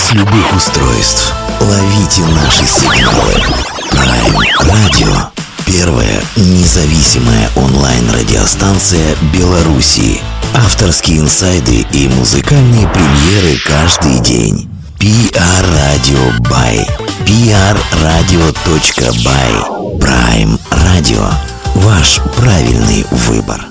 С любых устройств ловите наши сигналы. Prime Radio. Первая независимая онлайн-радиостанция Беларуси. Авторские инсайды и музыкальные премьеры каждый день. PR Radio by prradio.by. Prime Radio. Ваш правильный выбор.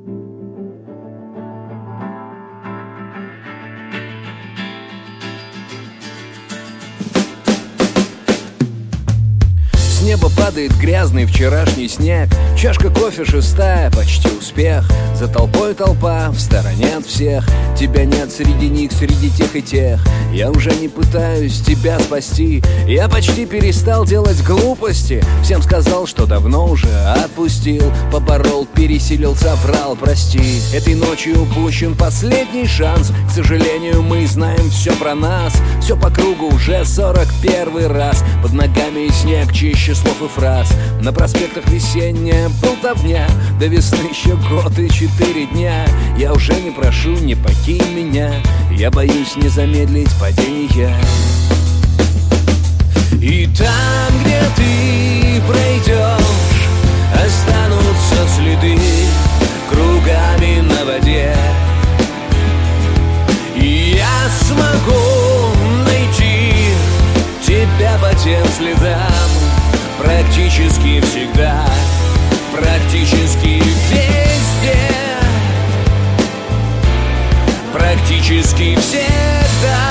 С неба падает грязный вчерашний снег. Чашка кофе шестая, почти успех. За толпой толпа, в стороне от всех. Тебя нет среди них, среди тех и тех. Я уже не пытаюсь тебя спасти. Я почти перестал делать глупости. Всем сказал, что давно уже отпустил. Поборол, пересилил, соврал, прости. Этой ночью упущен последний шанс. К сожалению, мы знаем все про нас. Все по кругу уже 41 раз. Под ногами снег чище слов и фраз. На проспектах весенняя болтовня. До весны еще год и 4 дня. Я уже не прошу, не покинь меня. Я боюсь не замедлить падение. И там, где ты пройдешь, останутся следы кругами на воде. И я смогу найти тебя по тем следам. Практически всегда, практически везде, практически всегда.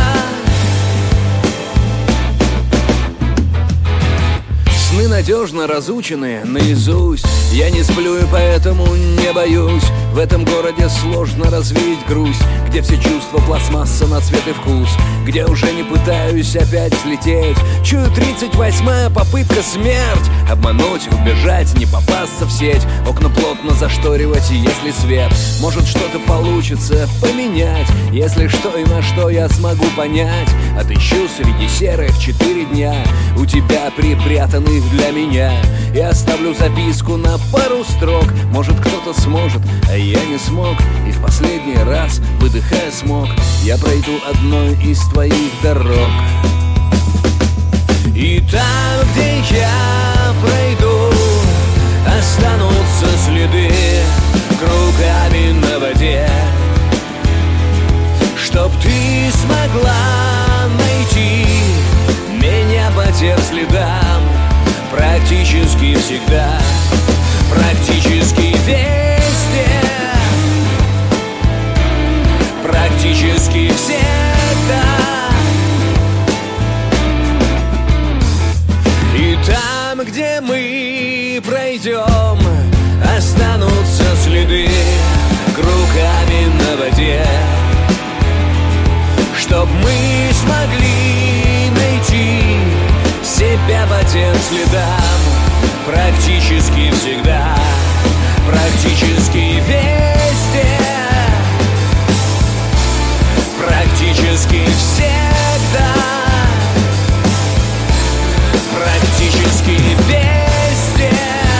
Сны надежно разучены наизусть. Я не сплю и поэтому не боюсь. В этом городе сложно развеять грусть, где все чувства пластмасса на цвет и вкус, где уже не пытаюсь опять слететь. Чую 38-я попытка смерть. Обмануть, убежать, не попасться в сеть. Окна плотно зашторивать, если свет. Может что-то получится поменять. Если что и на что я смогу понять. Отыщу среди серых 4 дня у тебя припрятанных для меня. И оставлю записку на пару строк. Может кто-то сможет, а я не смог. И в последний раз, выдыхая смог, я пройду одной из твоих дорог. И там, где я пройду, останутся следы кругами на воде. Чтоб ты смогла найти меня по тем следам. Практически всегда, практически везде, практически всегда. И там, где мы пройдем, останутся следы кругами на воде. Чтоб мы смогли найти себя по тем следам. Практически всегда, практически везде, практически всегда, практически везде,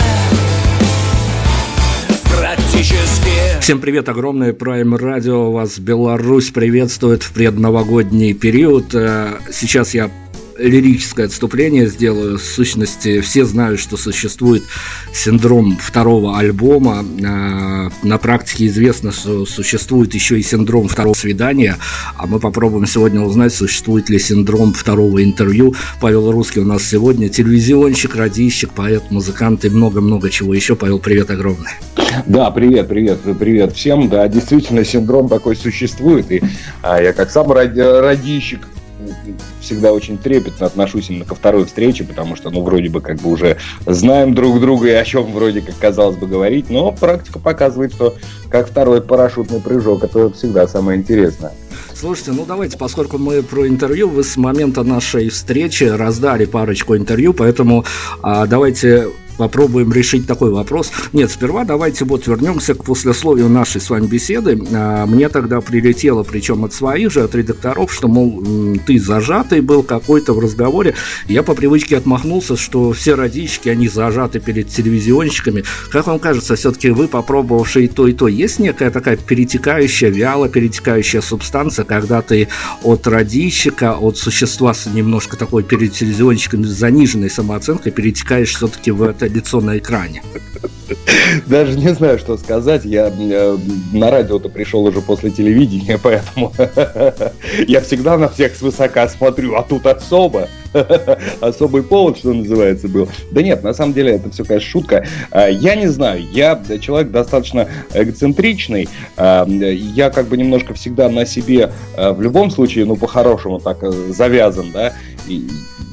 практически. Всем привет огромное, Prime Radio вас Беларусь приветствует в предновогодний период. Сейчас я лирическое отступление сделаю. В сущности, все знают, что существует синдром второго альбома. На практике известно, что существует еще и синдром второго свидания. А мы попробуем сегодня узнать, существует ли синдром второго интервью. Павел Русский у нас сегодня. Телевизионщик, радищик, поэт, музыкант и много-много чего еще. Павел, привет огромный. Да, привет всем. Да, действительно, синдром такой существует. И я как сам радищик всегда очень трепетно отношусь именно ко второй встрече, потому что, вроде бы, как бы уже знаем друг друга и о чем вроде как казалось бы говорить, но практика показывает, что как второй парашютный прыжок, это всегда самое интересное. Слушайте, давайте, поскольку мы про интервью, вы с момента нашей встречи раздали парочку интервью, поэтому давайте попробуем решить такой вопрос. Нет, сперва давайте вот вернемся к послесловию нашей с вами беседы. Мне тогда прилетело, причем от своих же, от редакторов, что, мол, ты зажатый был какой-то в разговоре. Я по привычке отмахнулся, что все радищики, они зажаты перед телевизионщиками. Как вам кажется, все-таки вы, попробовавшие и то, есть некая такая перетекающая, вяло перетекающая субстанция, когда ты от радищика, от существа с немножко такой перед телевизионщиками заниженной самооценкой перетекаешь все-таки в это лицо на экране? Даже не знаю, что сказать. Я на радио-то пришел уже после телевидения, поэтому я всегда на всех свысока смотрю, а тут особый повод, что называется, был. Да нет, на самом деле это все, конечно, шутка. Я не знаю, я человек достаточно эгоцентричный, я как бы немножко всегда на себе в любом случае, ну, по-хорошему так завязан, да, и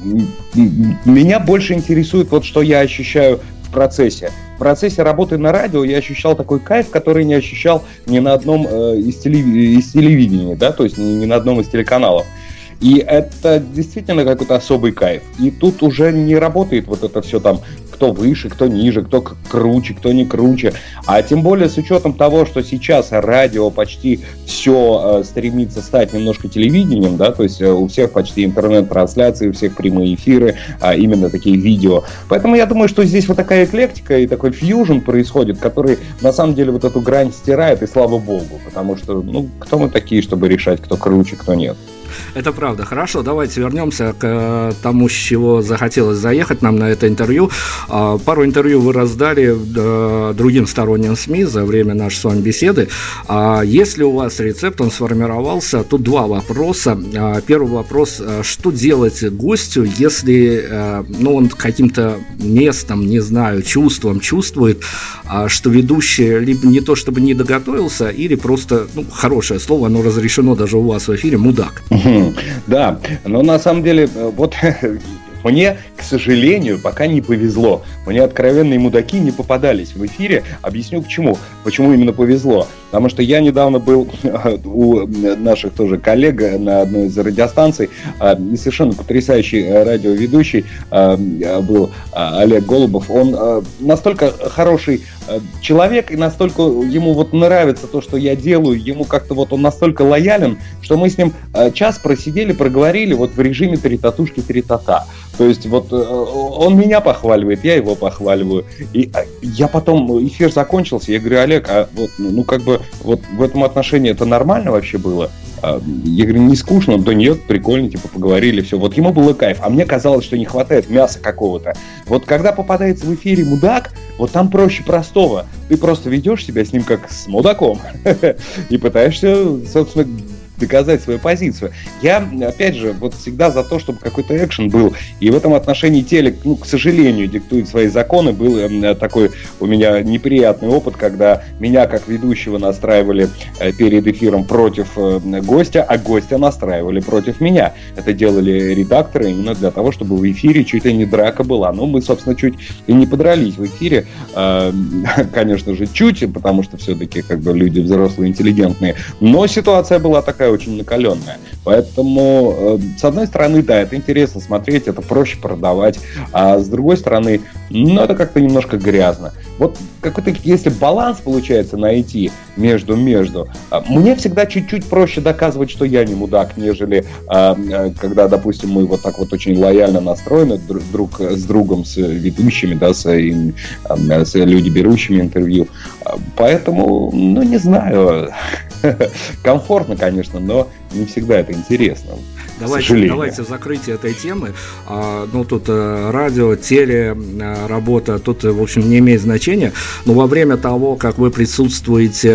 меня больше интересует вот, что я ощущаю в процессе. В процессе работы на радио я ощущал такой кайф, который не ощущал ни на одном из телевидения, да, то есть ни на одном из телеканалов. И это действительно какой-то особый кайф. И тут уже не работает вот это все там, кто выше, кто ниже, кто круче, кто не круче. А тем более с учетом того, что сейчас радио почти все стремится стать немножко телевидением, да, то есть у всех почти интернет-трансляции, у всех прямые эфиры, именно такие видео. Поэтому я думаю, что здесь вот такая эклектика и такой фьюжн происходит, который на самом деле вот эту грань стирает, и слава богу. Потому что, ну, кто мы такие, чтобы решать, кто круче, кто нет. Это правда. Хорошо, давайте вернемся к тому, с чего захотелось заехать нам на это интервью. Пару интервью вы раздали другим сторонним СМИ за время нашей с вами беседы. Если у вас рецепт, он сформировался, тут два вопроса. Первый вопрос: что делать гостю, если он каким-то местом, не знаю, чувством чувствует, что ведущий либо не то чтобы не доготовился, или просто, хорошее слово, оно разрешено даже у вас в эфире, мудак. Да, но на самом деле, вот мне, к сожалению, пока не повезло. Мне откровенные мудаки не попадались в эфире. Объясню почему. Почему именно повезло. Потому что я недавно был у наших тоже коллег на одной из радиостанций, и совершенно потрясающий радиоведущий был Олег Голубов. Он настолько хороший человек, и настолько ему вот нравится то, что я делаю, ему как-то вот он настолько лоялен, что мы с ним час просидели, проговорили вот в режиме три-татушки, три-тата. То есть вот он меня похваливает, я его похваливаю. И я потом, эфир закончился, я говорю: Олег, а вот, вот в этом отношении это нормально вообще было? Я говорю: не скучно? Да нет, прикольно, типа поговорили, все. Вот ему было кайф, а мне казалось, что не хватает мяса какого-то. Вот когда попадается в эфире мудак, вот там проще простого. Ты просто ведешь себя с ним как с мудаком и пытаешься, собственно, доказать свою позицию. Я, опять же, вот всегда за то, чтобы какой-то экшен был. И в этом отношении телек, к сожалению, диктует свои законы. Был такой у меня неприятный опыт, когда меня, как ведущего, настраивали перед эфиром против гостя, а гостя настраивали против меня. Это делали редакторы именно для того, чтобы в эфире чуть ли не драка была. Но мы, собственно, чуть и не подрались в эфире. Конечно же, чуть, потому что все-таки как бы люди взрослые, интеллигентные. Но ситуация была такая очень накаленная. Поэтому, с одной стороны, да, это интересно смотреть, это проще продавать, а с другой стороны, это как-то немножко грязно. Вот какой-то, если баланс получается найти между, мне всегда чуть-чуть проще доказывать, что я не мудак, нежели когда, допустим, мы вот так вот очень лояльно настроены друг с другом, с ведущими, да, с людьми, берущими интервью. Поэтому, не знаю, комфортно, конечно, но не всегда это интересно. Давайте закрытие этой темы. Тут радио, теле, работа, тут, в общем, не имеет значения. Но во время того, как вы присутствуете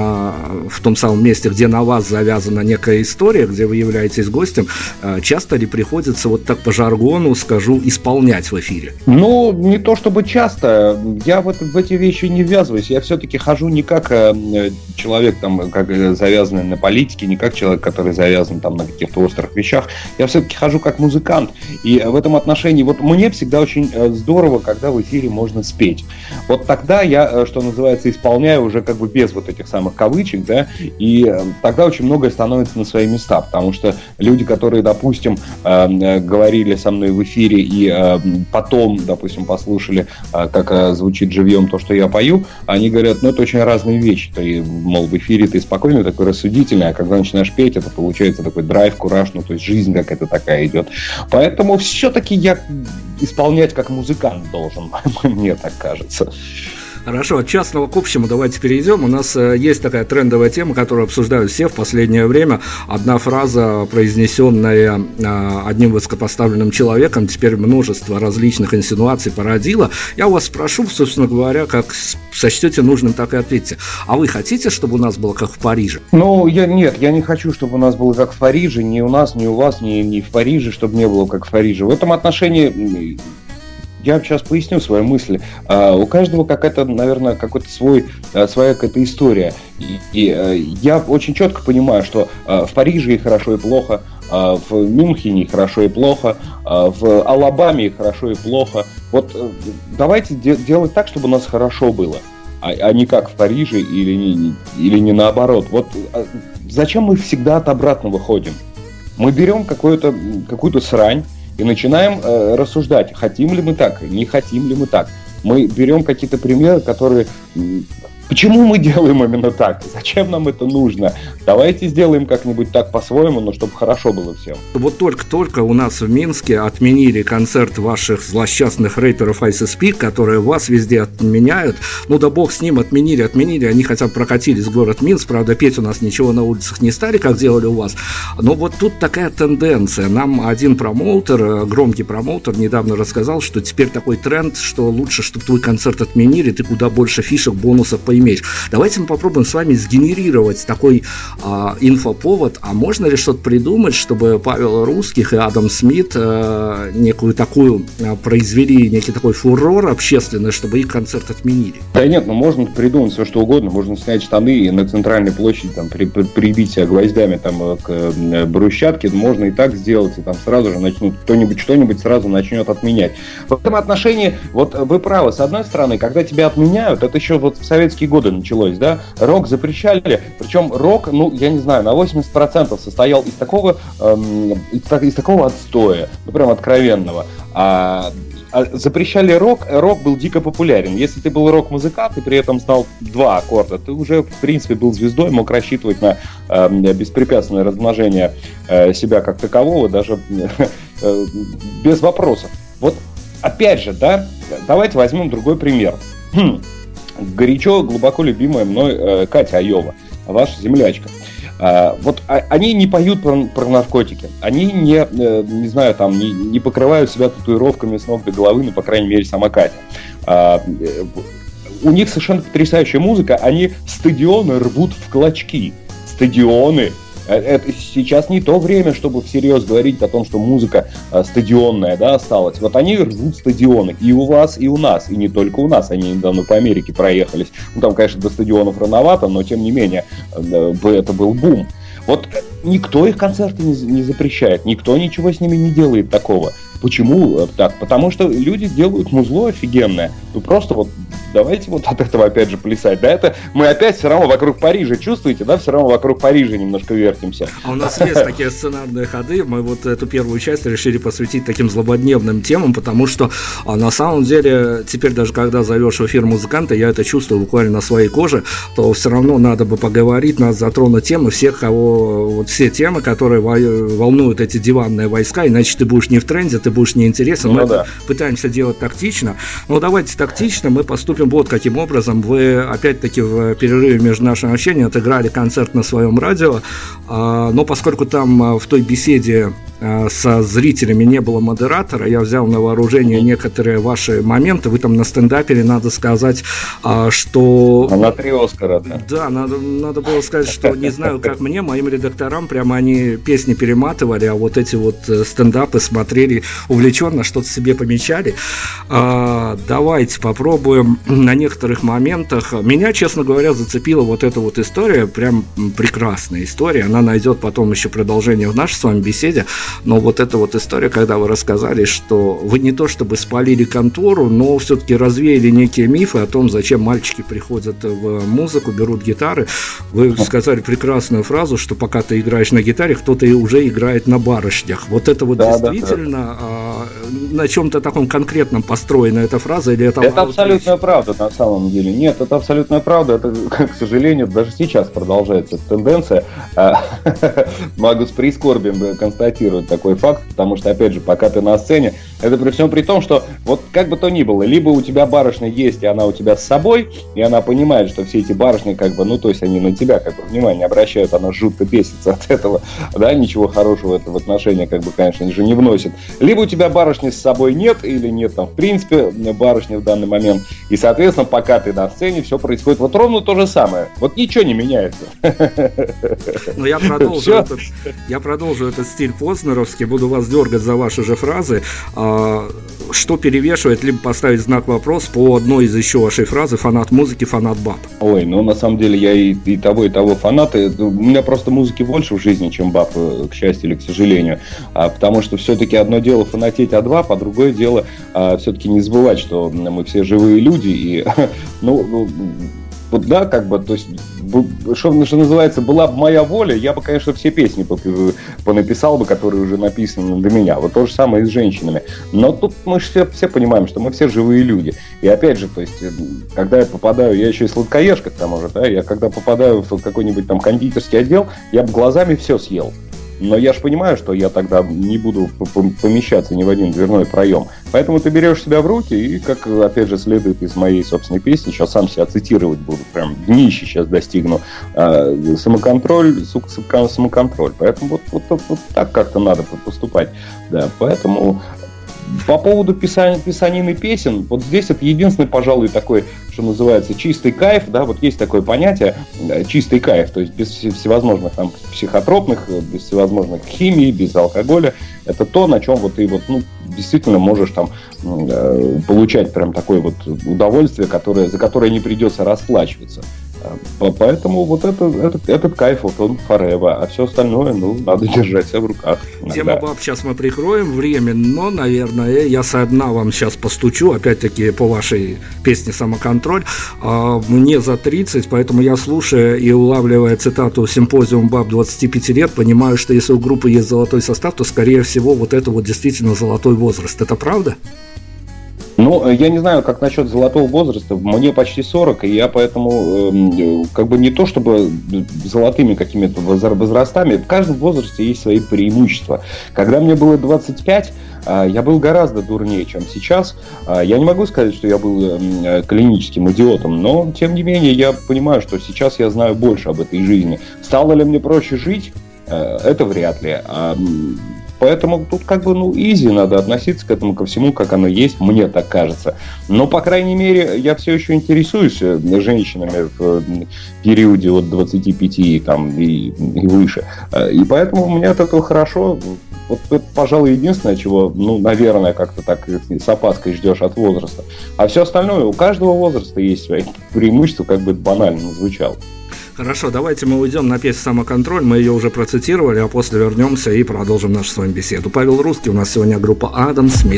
в том самом месте, где на вас завязана некая история, где вы являетесь гостем, часто ли приходится, вот так по жаргону скажу, исполнять в эфире? Не то чтобы часто. Я в эти вещи не ввязываюсь. Я все-таки хожу не как человек, там, как завязанный на политике, не как человек, который завязан там на каких-то острых вещах. вещах, я все-таки хожу как музыкант. И в этом отношении, вот мне всегда очень здорово, когда в эфире можно спеть. Вот тогда я, что называется, исполняю уже как бы без вот этих самых кавычек, да, и тогда очень многое становится на свои места, потому что люди, которые, допустим, говорили со мной в эфире и потом, допустим, послушали, как звучит живьем то, что я пою, они говорят, ну, это очень разные вещи. Ты, мол, в эфире ты спокойный, такой рассудительный, а когда начинаешь петь, это получается такой драйв, кураж, ну, то есть жизнь какая-то такая идет. Поэтому все-таки я исполнять как музыкант должен, мне так кажется. Хорошо, от частного к общему давайте перейдем. У нас есть такая трендовая тема, которую обсуждают все в последнее время. Одна фраза, произнесенная одним высокопоставленным человеком, теперь множество различных инсинуаций породила. Я у вас спрошу, собственно говоря, как сочтете нужным, так и ответьте. А вы хотите, чтобы у нас было как в Париже? Ну, я не хочу, чтобы у нас было как в Париже. Ни у нас, ни у вас, ни в Париже, чтобы не было как в Париже. В этом отношении... Я сейчас поясню свою мысль. У каждого какая-то, наверное, своя какая-то история. И я очень четко понимаю, что в Париже и хорошо, и плохо, в Мюнхене и хорошо, и плохо, в Алабаме и хорошо, и плохо. Вот давайте делать так, чтобы у нас хорошо было, а не как в Париже или не наоборот. Вот зачем мы всегда от обратного ходим? Мы берем какую-то срань, и начинаем рассуждать, хотим ли мы так, не хотим ли мы так. Мы берем какие-то примеры, которые... Почему мы делаем именно так? Зачем нам это нужно? Давайте сделаем как-нибудь так по-своему, но чтобы хорошо было всем. Вот только-только у нас в Минске отменили концерт ваших злосчастных рэперов ISSP, которые вас везде отменяют. Ну да бог с ним, отменили. Они хотя бы прокатились в город Минск. Правда, петь у нас ничего на улицах не стали, как делали у вас. Но вот тут такая тенденция. Нам один промоутер, громкий промоутер, недавно рассказал, что теперь такой тренд, что лучше, чтобы твой концерт отменили, ты куда больше фишек, бонусов поимеешь. Давайте мы попробуем с вами сгенерировать такой инфоповод. А можно ли что-то придумать, чтобы Павел Русских и Адам Смит некую такую произвели, некий такой фурор общественный, чтобы их концерт отменили? Да нет, можно придумать все, что угодно. Можно снять штаны и на центральной площади там, прибить себя гвоздями там, к брусчатке. Можно и так сделать, и там сразу же начнут кто-нибудь что-нибудь сразу начнет отменять. В этом отношении, вот вы правы, с одной стороны, когда тебя отменяют, это еще вот в советские годы началось, да, рок запрещали, причем рок, ну, я не знаю, на 80% состоял из такого отстоя, ну, прям откровенного. Запрещали рок был дико популярен. Если ты был рок-музыкант и при этом знал 2 аккорда, ты уже, в принципе, был звездой, мог рассчитывать на беспрепятственное размножение себя как такового, даже без вопросов. Вот, опять же, да, давайте возьмем другой пример. Горячо, глубоко любимая мной Катя Айова, ваша землячка. Вот они не поют про наркотики, они не знаю, там, не покрывают себя татуировками с ног до головы, ну, по крайней мере, сама Катя. У них совершенно потрясающая музыка, они стадионы рвут в клочки. Стадионы. Это сейчас не то время, чтобы всерьез говорить о том, что музыка стадионная, да, осталась. Вот они рвут стадионы и у вас, и у нас, и не только у нас. Они недавно по Америке проехались. Ну, там, конечно, до стадионов рановато, но, тем не менее, это был бум. Вот никто их концерты не запрещает, никто ничего с ними не делает такого. Почему так? Потому что люди делают музло офигенное. Ну, просто вот давайте вот от этого опять же плясать. Да, это мы опять все равно вокруг Парижа, чувствуете, да, все равно вокруг Парижа немножко вертимся. А у нас есть такие сценарные ходы. Мы вот эту первую часть решили посвятить таким злободневным темам, потому что на самом деле теперь даже когда зовешь в эфир музыканта, я это чувствую буквально на своей коже, то все равно надо бы поговорить, надо затронуть темы всех, кого вот все темы, которые волнуют эти диванные войска, иначе ты будешь не в тренде, ты будешь неинтересен. Мы пытаемся делать тактично. Но давайте тактично мы поступим вот каким образом. Вы опять-таки в перерыве между нашим общением отыграли концерт на своем радио, но поскольку там в той беседе со зрителями не было модератора, я взял на вооружение некоторые ваши моменты. Вы там на стендапере, надо сказать, что... На 3 Оскара, да? Да, надо было сказать, что не знаю, как мне, моим редакторам прямо они песни перематывали, а вот эти вот стендапы смотрели увлеченно, что-то себе помечали. Давайте попробуем на некоторых моментах. Меня, честно говоря, зацепила вот эта вот история, прям прекрасная история. Она найдет потом еще продолжение в нашей с вами беседе. но вот эта вот история, когда вы рассказали, что вы не то чтобы спалили контору, но все-таки развеяли некие мифы о том, зачем мальчики приходят в музыку, берут гитары. Вы сказали прекрасную фразу, что пока ты играешь на гитаре, кто-то уже играет на барышнях. Вот это вот действительно на чем-то таком конкретном построена эта фраза? Или это абсолютная правда на самом деле. Нет, это абсолютная правда. Это, к сожалению, даже сейчас продолжается эта тенденция. Могу с прискорбием констатировать такой факт, потому что, опять же, пока ты на сцене, это при всем при том, что вот как бы то ни было, либо у тебя барышня есть, и она у тебя с собой, и она понимает, что все эти барышни, как бы, ну, то есть они на тебя, как бы, внимание обращают, она жутко бесится от этого, да, ничего хорошего это в отношения, как бы, конечно же, не вносит. Либо у тебя барышни с собой нет, или нет там, в принципе, барышни в данный момент, и, соответственно, пока ты на сцене, все происходит вот ровно то же самое. Вот ничего не меняется. Но я продолжу этот стиль познеровский, буду вас дергать за ваши же фразы. Что перевешивает, либо поставить знак вопрос по одной из еще вашей фразы: фанат музыки, фанат баб? Ой, ну на самом деле я и того фанаты. У меня просто музыки больше в жизни, чем баб, к счастью или к сожалению. Потому что все-таки одно дело фанатеть от баб, а другое дело все-таки не забывать, что мы все живые люди. И, ну, вот да, как бы, то есть, что называется, была бы моя воля, я бы, конечно, все песни понаписал бы, которые уже написаны до меня. Вот то же самое и с женщинами. Но тут мы же все понимаем, что мы все живые люди. И опять же, то есть, когда я попадаю, я еще и сладкоежка к тому же, да, я когда попадаю в какой-нибудь там кондитерский отдел, я бы глазами все съел. Но я же понимаю, что я тогда не буду помещаться ни в один дверной проем. Поэтому ты берешь себя в руки и, как, опять же, следует из моей собственной песни, сейчас сам себя цитировать буду, прям днище сейчас достигну, самоконтроль, сука, самоконтроль. Поэтому вот так как-то надо поступать. Да, поэтому... По поводу писанины песен, вот здесь это единственный, пожалуй, такой, что называется, чистый кайф, да, вот есть такое понятие, чистый кайф, то есть без всевозможных там психотропных, без всевозможных химий, без алкоголя, это то, на чем вот ты вот, ну, действительно можешь там получать прям такое вот удовольствие, за которое не придется расплачиваться. Поэтому вот этот кайф, вот он forever, а все остальное, ну, надо держать себя в руках. Тему баб сейчас мы прикроем временно, но, наверное, я со дна вам сейчас постучу, опять-таки, по вашей песне «Самоконтроль». Мне за 30, поэтому я, слушая и улавливая цитату «Симпозиум баб 25 лет», понимаю, что если у группы есть золотой состав, то, скорее всего, вот это вот действительно золотой возраст. Это правда? Ну, я не знаю, как насчет золотого возраста. Мне почти 40, и я поэтому как бы не то чтобы золотыми какими-то возрастами. В каждом возрасте есть свои преимущества. Когда мне было 25, я был гораздо дурнее, чем сейчас. Я не могу сказать, что я был клиническим идиотом, но, тем не менее, я понимаю, что сейчас я знаю больше об этой жизни. Стало ли мне проще жить? Это вряд ли. Поэтому тут как бы, ну, изи, надо относиться к этому ко всему, как оно есть, мне так кажется. Но, по крайней мере, я все еще интересуюсь женщинами в периоде от 25 там, и выше. И поэтому мне от этого хорошо. Вот это, пожалуй, единственное, чего, ну, наверное, как-то так с опаской ждешь от возраста. А все остальное, у каждого возраста есть свои преимущества, как бы это банально не звучало. Хорошо, давайте мы уйдем на песню «Самоконтроль», мы ее уже процитировали, а после вернемся и продолжим нашу с вами беседу. Павел Русский, у нас сегодня группа «Адам Смит».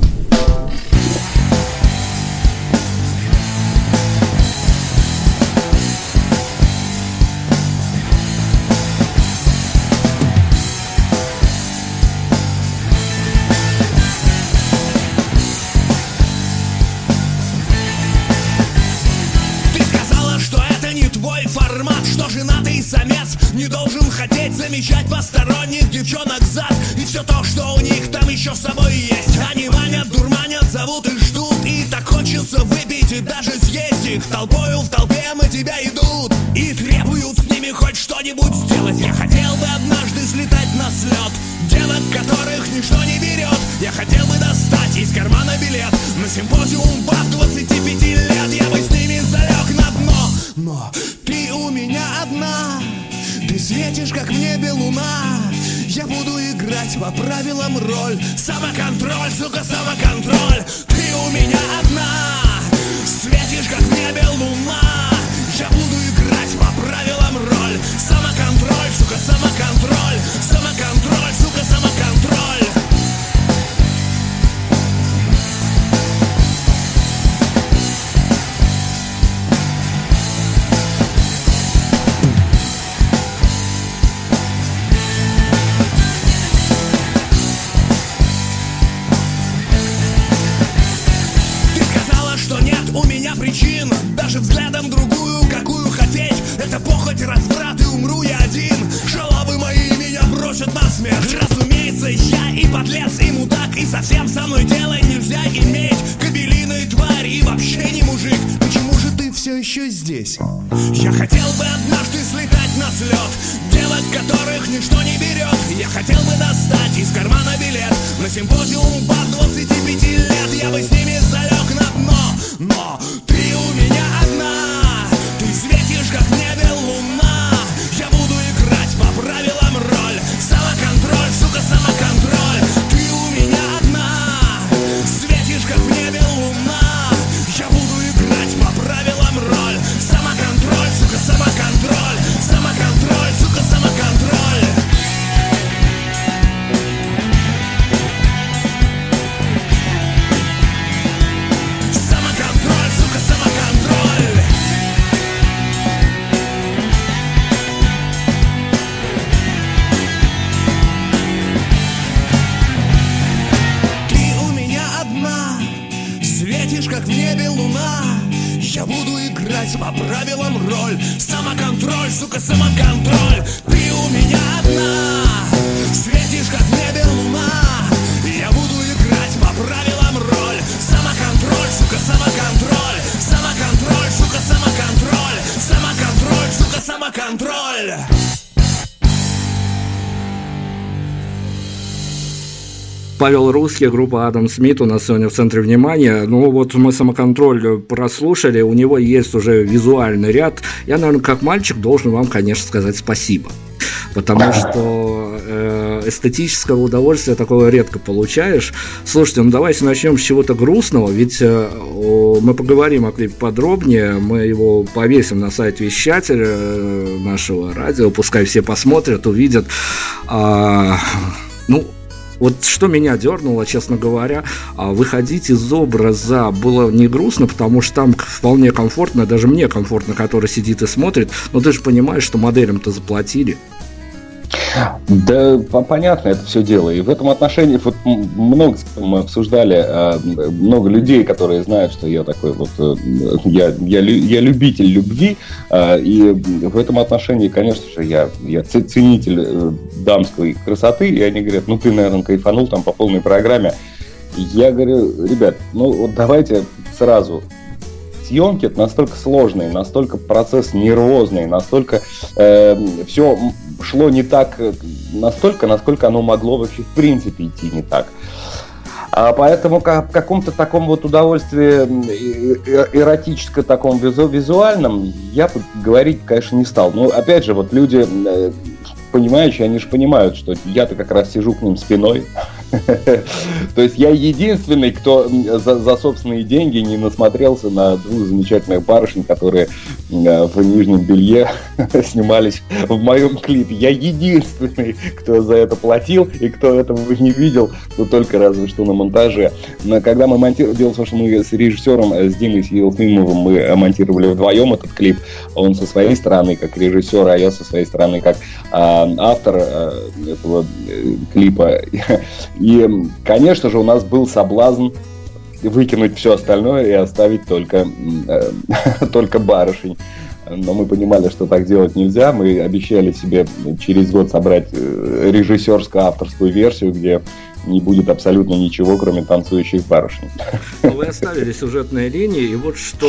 Замечать посторонних девчонок зад и все то, что у них там еще с собой есть. Они манят, дурманят, зовут и ждут, и так хочется выпить и даже съесть их. Толпою в толпе мы тебя идут и требуют с ними хоть что-нибудь сделать. Я хотел бы однажды слетать на слет девок, которых ничто не берет. Я хотел бы достать из кармана билет на симпозиум баб 25 лет. Я бы с ними залег на дно, но ты у меня одна. Ты светишь, как в небе луна. Я буду играть по правилам роль. Самоконтроль, сука, самоконтроль. Ты у меня одна. Светишь, как в небе луна. Я буду играть по правилам роль. Самоконтроль, сука, самоконтроль. Самоконтроль, сука, самоконтроль. хочет насмерть. Разумеется, я и подлец, и мудак, и совсем со мной дела нельзя иметь. Кобелиной тварь и вообще не мужик. Почему же ты все еще здесь? Я хотел бы однажды слетать на слет, девок, которых ничто не берет. Я хотел бы достать из кармана билет на симпозиум пар 25 лет. Я бы с ними залег на дно, но ты у меня одна. Ты светишь, как в небе луна. Я буду играть по правилам роль. Самоконтроль, сука, самоконтроль. Ты у меня одна. Светишь, как в небе луна. Я буду играть по правилам роль. Самоконтроль, сука, самоконтроль. Самоконтроль, сука, самоконтроль. Самоконтроль, сука, самоконтроль. Ты у меня одна, светишь, как в небе луна. Я буду играть по правилам роль. Самоконтроль, сука, самоконтроль. Ты у меня одна, светишь, как в небе луна. Я буду играть по правилам роль. Самоконтроль, сука, самоконтроль. Самоконтроль, сука, самоконтроль. Самоконтроль, сука, самоконтроль. Павел Русский, группа Адам Смит у нас сегодня в центре внимания. Ну вот мы «Самоконтроль» прослушали, у него есть уже визуальный ряд. Я, наверное, как мальчик должен вам, конечно, сказать спасибо. Потому что эстетического удовольствия такого редко получаешь. Слушайте, ну давайте начнем с чего-то грустного, ведь мы поговорим о клипе подробнее, мы его повесим на сайт вещателя нашего радио, пускай все посмотрят, увидят. Вот что меня дернуло, честно говоря, выходить из образа было не грустно, потому что там вполне комфортно, даже мне комфортно, который сидит и смотрит, но ты же понимаешь, что моделям-то заплатили. Да, понятно это все дело. И в этом отношении вот много мы обсуждали, много людей, которые знают, что я такой вот, я любитель любви, и в этом отношении, конечно же, я ценитель дамской красоты, и они говорят, ну ты, наверное, кайфанул там по полной программе. Я говорю, ребят, ну вот давайте сразу. Съемки это настолько сложные, настолько процесс нервозный, настолько все шло не так, настолько, насколько оно могло вообще в принципе идти не так. А поэтому в каком-то таком вот удовольствии эротическом, таком визуальном я говорить, конечно, не стал. Но опять же, вот люди понимающие, они же понимают, что я-то как раз сижу к ним спиной. То есть я единственный, кто за собственные деньги не насмотрелся на двух замечательных барышень, которые в нижнем белье снимались в моем клипе. Я единственный, кто за это платил и кто этого не видел, но только разве что на монтаже. Но когда мы монтировали, дело в том, что мы с режиссером, с Димой Елфимовым, мы монтировали вдвоем этот клип. Он со своей стороны как режиссер, а я со своей стороны как автор этого клипа. И, конечно же, у нас был соблазн выкинуть все остальное и оставить только барышень. Но мы понимали, что так делать нельзя. Мы обещали себе через год собрать режиссерско-авторскую версию, где не будет абсолютно ничего, кроме танцующих барышень. Вы оставили сюжетные линии, и вот что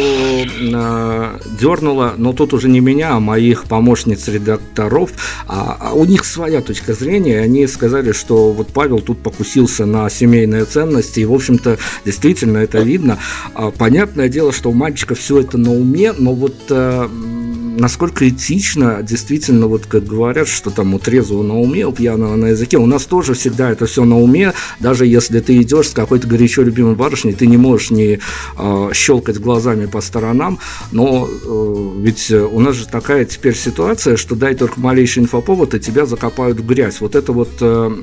дернуло, но тут уже не меня, а моих помощниц-редакторов, а у них своя точка зрения, они сказали, что вот Павел тут покусился на семейные ценности, и, в общем-то, действительно это видно. Понятное дело, что у мальчика все это на уме, но вот насколько этично, действительно, вот как говорят, что там у трезвого на уме, у пьяного на языке, у нас тоже всегда это все на уме, даже если ты идешь с какой-то горячо любимой барышней, ты не можешь не щелкать глазами по сторонам, но ведь у нас же такая теперь ситуация, что дай только малейший инфоповод, и тебя закопают в грязь. Вот это вот,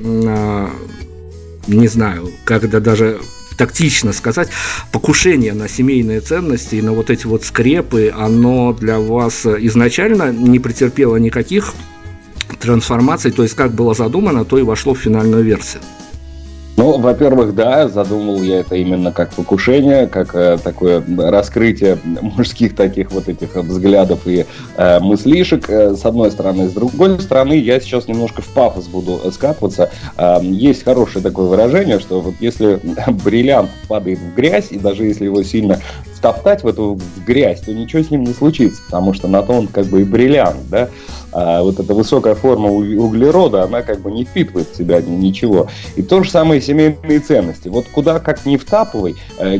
не знаю, когда даже тактично сказать, покушение на семейные ценности и на вот эти вот скрепы, оно для вас изначально не претерпело никаких трансформаций, то есть как было задумано, то и вошло в финальную версию. Ну, во-первых, да, задумал я это именно как покушение, как такое раскрытие мужских таких вот этих взглядов и мыслишек, с одной стороны. С другой стороны, я сейчас немножко в пафос буду скатываться. Есть хорошее такое выражение, что вот если бриллиант падает в грязь, и даже если его сильно втоптать в эту грязь, то ничего с ним не случится, потому что на то он как бы и бриллиант, да. А вот эта высокая форма углерода, она как бы не впитывает в себя ничего. И то же самое семейные ценности. Вот куда как не втапывай,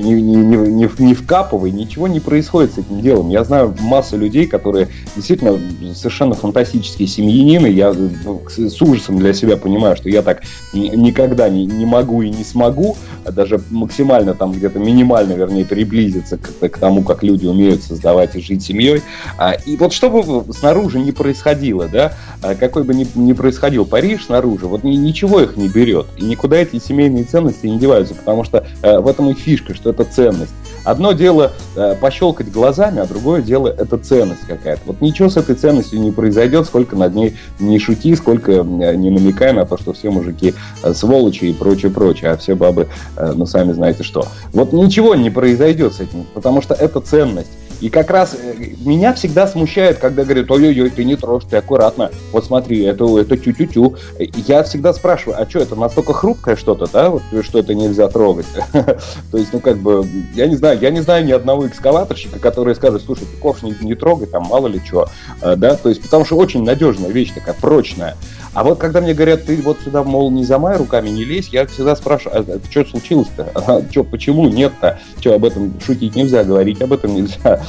не вкапывай, ничего не происходит с этим делом. Я знаю массу людей, которые действительно совершенно фантастические семьянины. Я с ужасом для себя понимаю, что я так никогда не могу и не смогу, даже максимально там где-то минимально, вернее, приблизиться к тому, как люди умеют создавать и жить семьей. И вот что бы снаружи не происходило, да, какой бы ни происходил Париж снаружи, вот ничего их не берет, и никуда эти семейные ценности не деваются, потому что в этом и фишка, что это ценность. Одно дело пощелкать глазами, а другое дело это ценность какая-то. Вот ничего с этой ценностью не произойдет, сколько над ней не шути, сколько не намекай на то, что все мужики сволочи и прочее, а все бабы, ну сами знаете что. Вот ничего не произойдет с этим, потому что это ценность. И как раз меня всегда смущает, когда говорят: ой-ой-ой, ты не трожь, ты аккуратно, вот смотри, это тю-тю-тю. Я всегда спрашиваю: а что, это настолько хрупкое что-то, да, вот, что это нельзя трогать? То есть, ну как бы, я не знаю ни одного экскаваторщика, который скажет: слушай, ты ковш не трогай, там мало ли что, да, то есть, потому что очень надежная вещь такая, прочная. А вот когда мне говорят: ты вот сюда, мол, не замай руками, не лезь, я всегда спрашиваю: а что случилось-то? Почему нет-то? Что, об этом шутить нельзя, говорить об этом нельзя?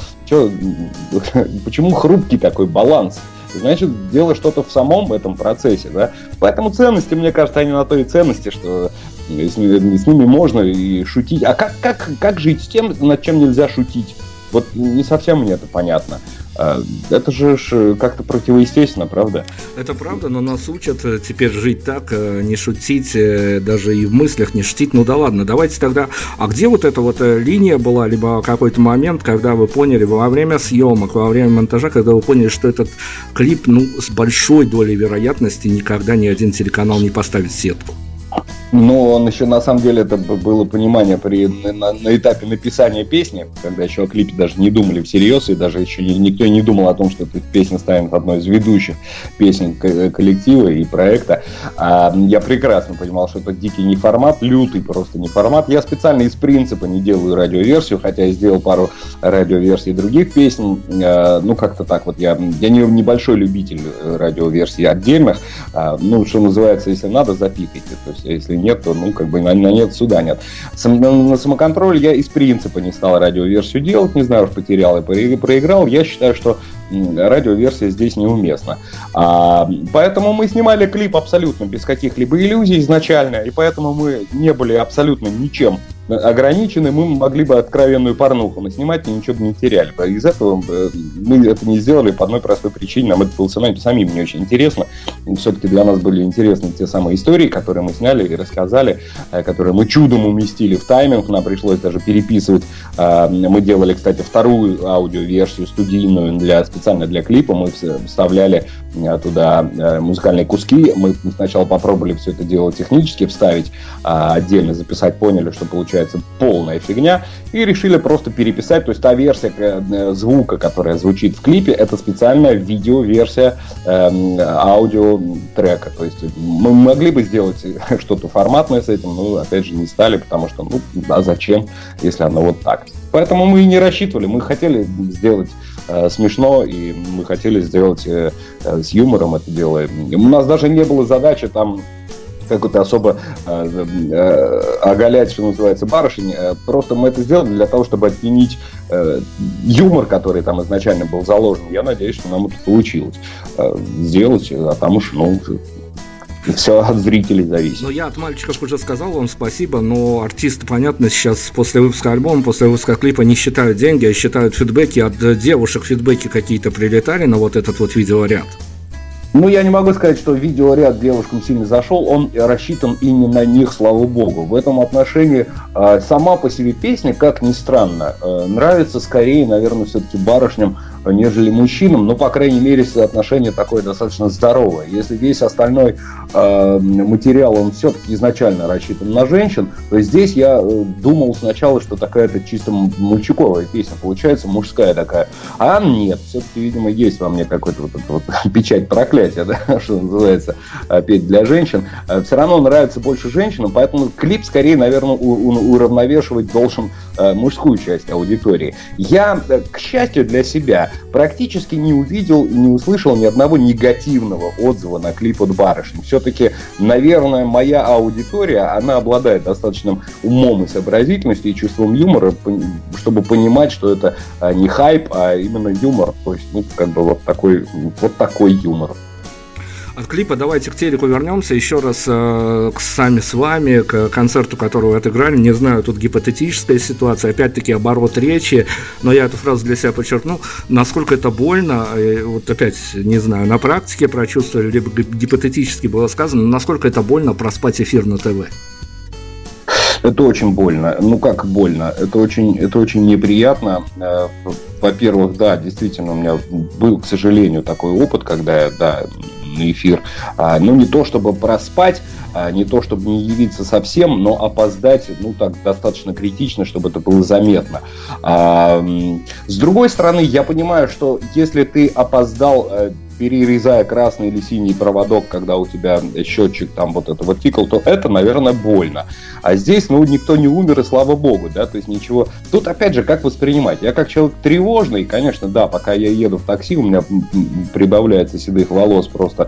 Почему хрупкий такой баланс? Значит, дело что-то в самом этом процессе, да? Поэтому ценности, мне кажется, они на то и ценности, что с ними можно и шутить. А как жить с тем, над чем нельзя шутить? Вот не совсем мне это понятно. Это же как-то противоестественно, правда? Это правда, но нас учат теперь жить так, не шутить, даже и в мыслях не шутить. Ну да ладно, давайте тогда. А где вот эта вот линия была, либо какой-то момент, когда вы поняли во время съемок, во время монтажа, когда вы поняли, что этот клип, ну, с большой долей вероятности никогда ни один телеканал не поставит в сетку? Ну, он еще, на самом деле, это было понимание на этапе написания песни, когда еще о клипе даже не думали всерьез, и даже еще никто не думал о том, что эта песня станет одной из ведущих песен коллектива и проекта. Я прекрасно понимал, что это дикий неформат, лютый просто неформат. Я специально из принципа не делаю радиоверсию, хотя я сделал пару радиоверсий других песен. Ну, как-то так вот. Я небольшой любитель радиоверсий отдельных. Ну, что называется, если надо, запикайте. То есть, если нет, то, ну, как бы на нет, суда нет. На самоконтроль я из принципа не стал радиоверсию делать, не знаю, уж потерял и проиграл. Я считаю, что радиоверсия здесь неуместна. Поэтому мы снимали клип абсолютно без каких-либо иллюзий изначально, и поэтому мы не были абсолютно ничем ограничены, мы могли бы откровенную порнуху наснимать и ничего бы не теряли. Из этого мы это не сделали по одной простой причине. Нам это было самим не очень интересно. Все-таки для нас были интересны те самые истории, которые мы сняли и рассказали, которые мы чудом уместили в тайминг. Нам пришлось даже переписывать. Мы делали, кстати, вторую аудиоверсию студийную специально для клипа. Мы вставляли туда музыкальные куски. Мы сначала попробовали все это дело технически вставить, отдельно записать, поняли, что получается полная фигня, и решили просто переписать. То есть та версия звука, которая звучит в клипе, это специальная видеоверсия аудиотрека. То есть мы могли бы сделать что-то форматное с этим, но опять же не стали, потому что, ну, а зачем, если оно вот так. Поэтому мы и не рассчитывали, мы хотели сделать смешно, и мы хотели сделать с юмором это дело. У нас даже не было задачи там как-то особо оголять, что называется, барышень. Просто мы это сделали для того, чтобы оттенить юмор, который там изначально был заложен. Я надеюсь, что нам это получилось сделать, а там уж, ну, все от зрителей зависит. Ну, я от мальчиков уже сказал вам спасибо, но артисты, понятно, сейчас после выпуска альбома, после выпуска клипа не считают деньги, а считают фидбэки. От девушек фидбэки какие-то прилетали на вот этот вот видеоряд? Ну, я не могу сказать, что видеоряд девушкам сильно зашел, он рассчитан именно на них, слава богу. В этом отношении сама по себе песня, как ни странно, нравится скорее, наверное, все-таки барышням нежели мужчинам, но, по крайней мере, соотношение такое достаточно здоровое. Если весь остальной материал, он все-таки изначально рассчитан на женщин, то здесь я думал сначала, что такая-то чисто мальчуковая песня получается, мужская такая. А нет, все-таки, видимо, есть во мне какой-то вот печать проклятия, да, что называется, петь для женщин. Все равно нравится больше женщинам, поэтому клип скорее, наверное, уравновешивать должен мужскую часть аудитории. Я, к счастью для себя, практически не увидел и не услышал ни одного негативного отзыва на клип от барышни. Все-таки, наверное, моя аудитория, она обладает достаточным умом и сообразительностью и чувством юмора, чтобы понимать, что это не хайп, а именно юмор. То есть, как бы вот такой юмор. От клипа давайте к телеку вернемся. Еще раз сами с вами, к концерту, который вы отыграли. Не знаю, тут гипотетическая ситуация, опять-таки оборот речи, но я эту фразу для себя подчеркнул. Насколько это больно, вот опять, не знаю, на практике прочувствовали, либо гипотетически было сказано, насколько это больно проспать эфир на ТВ? Это очень больно. Ну, как больно? Это очень неприятно. Во-первых, да, действительно, у меня был, к сожалению, такой опыт, когда я, на эфир, ну, не то чтобы проспать, не то чтобы не явиться совсем, но опоздать, ну, так достаточно критично, чтобы это было заметно. С другой стороны, я понимаю, что если ты опоздал, перерезая красный или синий проводок, когда у тебя счетчик там вот этого тикал, то это, наверное, больно. А здесь, ну, никто не умер, и слава богу, да, то есть ничего. Тут, опять же, как воспринимать? Я как человек тревожный, конечно, да, пока я еду в такси, у меня прибавляется седых волос просто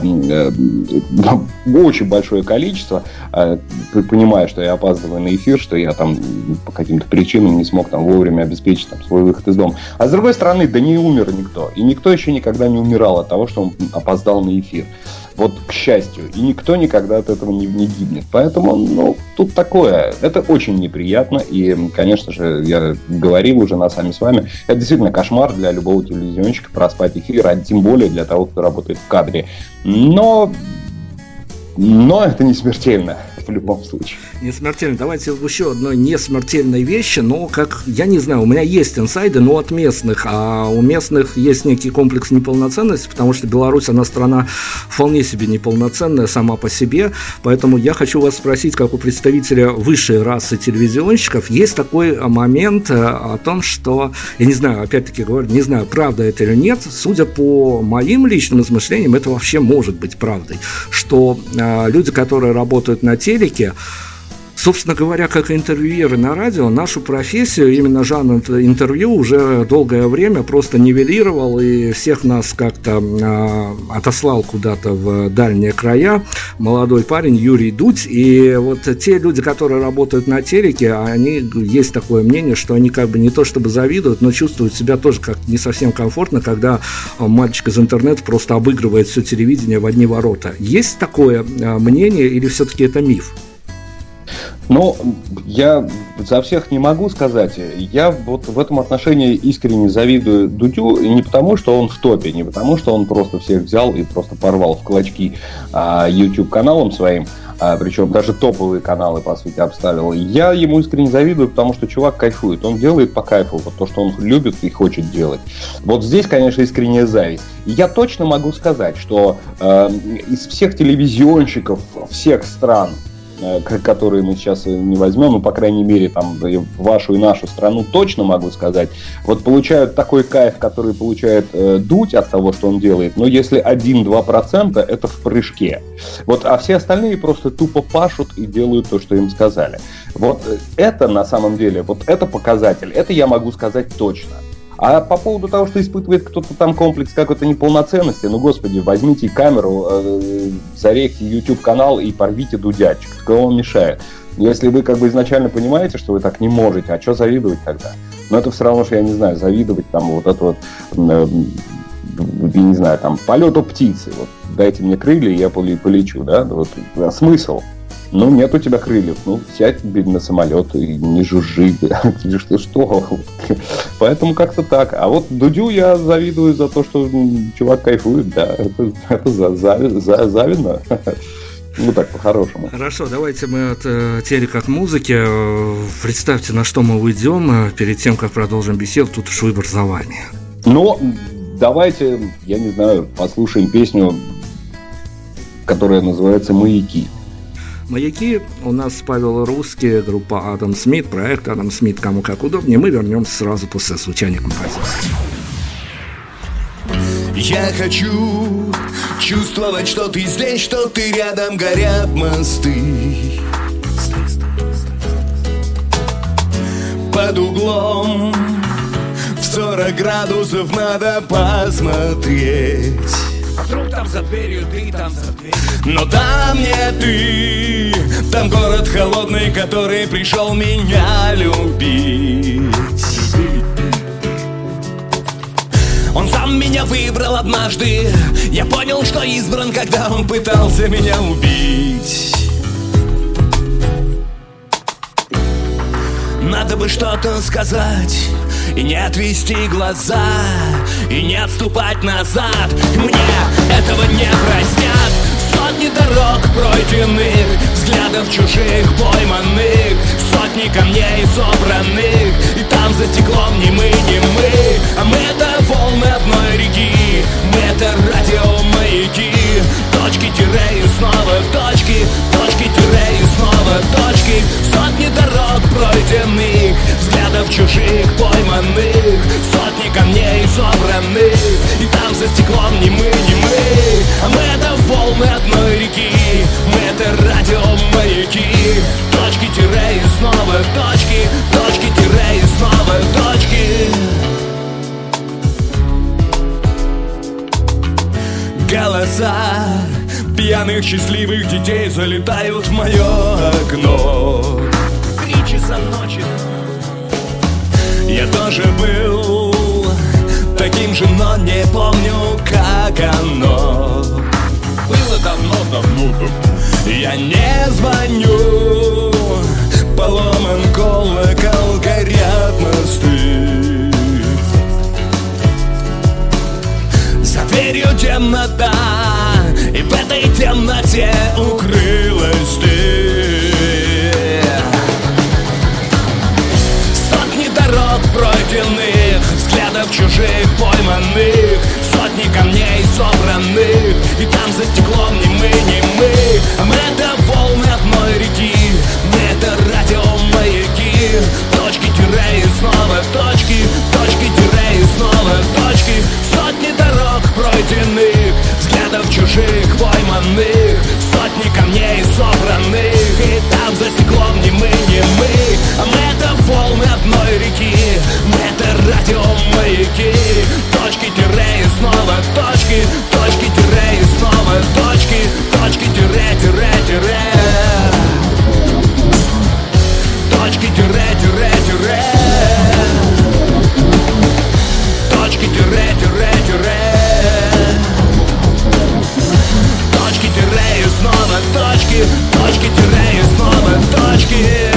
очень большое количество, понимая, что я опаздываю на эфир, что я там по каким-то причинам не смог там вовремя обеспечить там свой выход из дома. А с другой стороны, да не умер никто. И никто еще никогда не умирал от того, что он опоздал на эфир. Вот, к счастью. И никто никогда от этого не гибнет. Поэтому, ну, тут такое. Это очень неприятно. И, конечно же, я говорил уже сами с вами, это действительно кошмар для любого телевизионщика проспать эфир, а тем более для того, кто работает в кадре. Но это не смертельно. В любом случае. Не смертельно. Давайте еще одной не смертельной вещи, но как, я не знаю, у меня есть инсайды, но от местных, а у местных есть некий комплекс неполноценности, потому что Беларусь, она страна вполне себе неполноценная сама по себе, поэтому я хочу вас спросить, как у представителя высшей расы телевизионщиков, есть такой момент о том, что, я не знаю, опять-таки говорю, не знаю, правда это или нет, судя по моим личным измышлениям, это вообще может быть правдой, что люди, которые работают на телеке, собственно говоря, как интервьюеры на радио, нашу профессию, именно жанр интервью уже долгое время просто нивелировал и всех нас как-то отослал куда-то в дальние края молодой парень Юрий Дудь. И вот те люди, которые работают на телеке, они, есть такое мнение, что они как бы не то чтобы завидуют, но чувствуют себя тоже как не совсем комфортно, когда мальчик из интернета просто обыгрывает все телевидение в одни ворота. Есть такое мнение или все-таки это миф? Ну, я за всех не могу сказать. Я вот в этом отношении искренне завидую Дудю, и не потому, что он в топе, не потому, что он просто всех взял и просто порвал в клочки YouTube-каналом своим, причем даже топовые каналы, по сути, обставил. Я ему искренне завидую, потому что чувак кайфует. Он делает по кайфу вот то, что он любит и хочет делать. Вот здесь, конечно, искренняя зависть. И я точно могу сказать, что из всех телевизионщиков всех стран, которые мы сейчас не возьмем, ну, по крайней мере, там, вашу и нашу страну, точно могу сказать, вот получают такой кайф, который получает Дудь от того, что он делает, но если 1-2%, это в прыжке. Вот, а все остальные просто тупо пашут и делают то, что им сказали. Вот это, на самом деле, вот это показатель, это я могу сказать точно. А по поводу того, что испытывает кто-то там комплекс какой-то неполноценности, ну, господи, возьмите камеру, зарейте YouTube-канал и порвите Дудячик. Кто вам мешает? Если вы как бы изначально понимаете, что вы так не можете, а что завидовать тогда? Ну, это все равно, что, я не знаю, завидовать там вот это вот, я не знаю, там, полету птицы. Вот, дайте мне крылья, я полечу, да? Вот, смысл? Ну, нет у тебя крыльев, ну, сядь на самолет и не жужжи, что? Поэтому как-то так. А вот Дудю я завидую за то, что чувак кайфует, да, это завидно. Ну так, по-хорошему. Хорошо, давайте мы от телека к музыке. Представьте, на что мы уйдем перед тем, как продолжим беседу. Тут уж выбор за вами. Но давайте, я не знаю, послушаем песню, которая называется «Маяки». «Маяки» у нас Павел Русский, группа Адам Смит, проект Адам Смит, кому как удобнее. Мы вернемся сразу после звучания композиции. Я хочу чувствовать, что ты здесь, что ты рядом, горят мосты. Под углом в 40 градусов надо посмотреть. Вдруг там за дверью ты, там за дверью. Но там не ты, там город холодный, который пришел меня любить. Он сам меня выбрал однажды. Я понял, что избран, когда он пытался меня убить. Надо бы что-то сказать и не отвести глаза, и не отступать назад. Мне этого не простят. Сотни дорог пройденных, взглядов чужих пойманных, сотни камней собранных, и там за стеклом не мы. А мы это волны одной реки, мы это радиомаяки. Точки, тире и снова точки, точки, тире и снова точки. Сотни дорог пройденных, взглядов чужих пойманных, сотни камней собранных, и там за стеклом не мы. А мы это волны одной реки, мы это радиомаяки. Точки, тире и снова точки, точки, тире и снова точки. Голоса пьяных счастливых детей залетают в мое окно. 3 часа ночи. Я тоже был таким же, но не помню, как оно. Было давно. Я не звоню, поломан колокол, горят мосты. За дверью темнота, и в этой темноте укрылась ты. Сотни дорог пройденных, взглядов чужих пойманных, сотни камней собранных, и там за стеклом не мы. А мы это волны одной реки, мы это радиомаяки. Точки, тире и снова точки, точки, тире и снова точки. Сотни дорог пройденных, взглядов чужих пойманных, сотни камней собранных, и там за стеклом не мы. А мы это волны одной реки, мы это радиомаяки. Точки, тире и снова точки, точки, тире и снова точки, точки, тире, тире, тире. Точки, тире, тире, тире. Точки, тире, тире, тире. Точки, тире и снова точки, точки, тире и снова точки.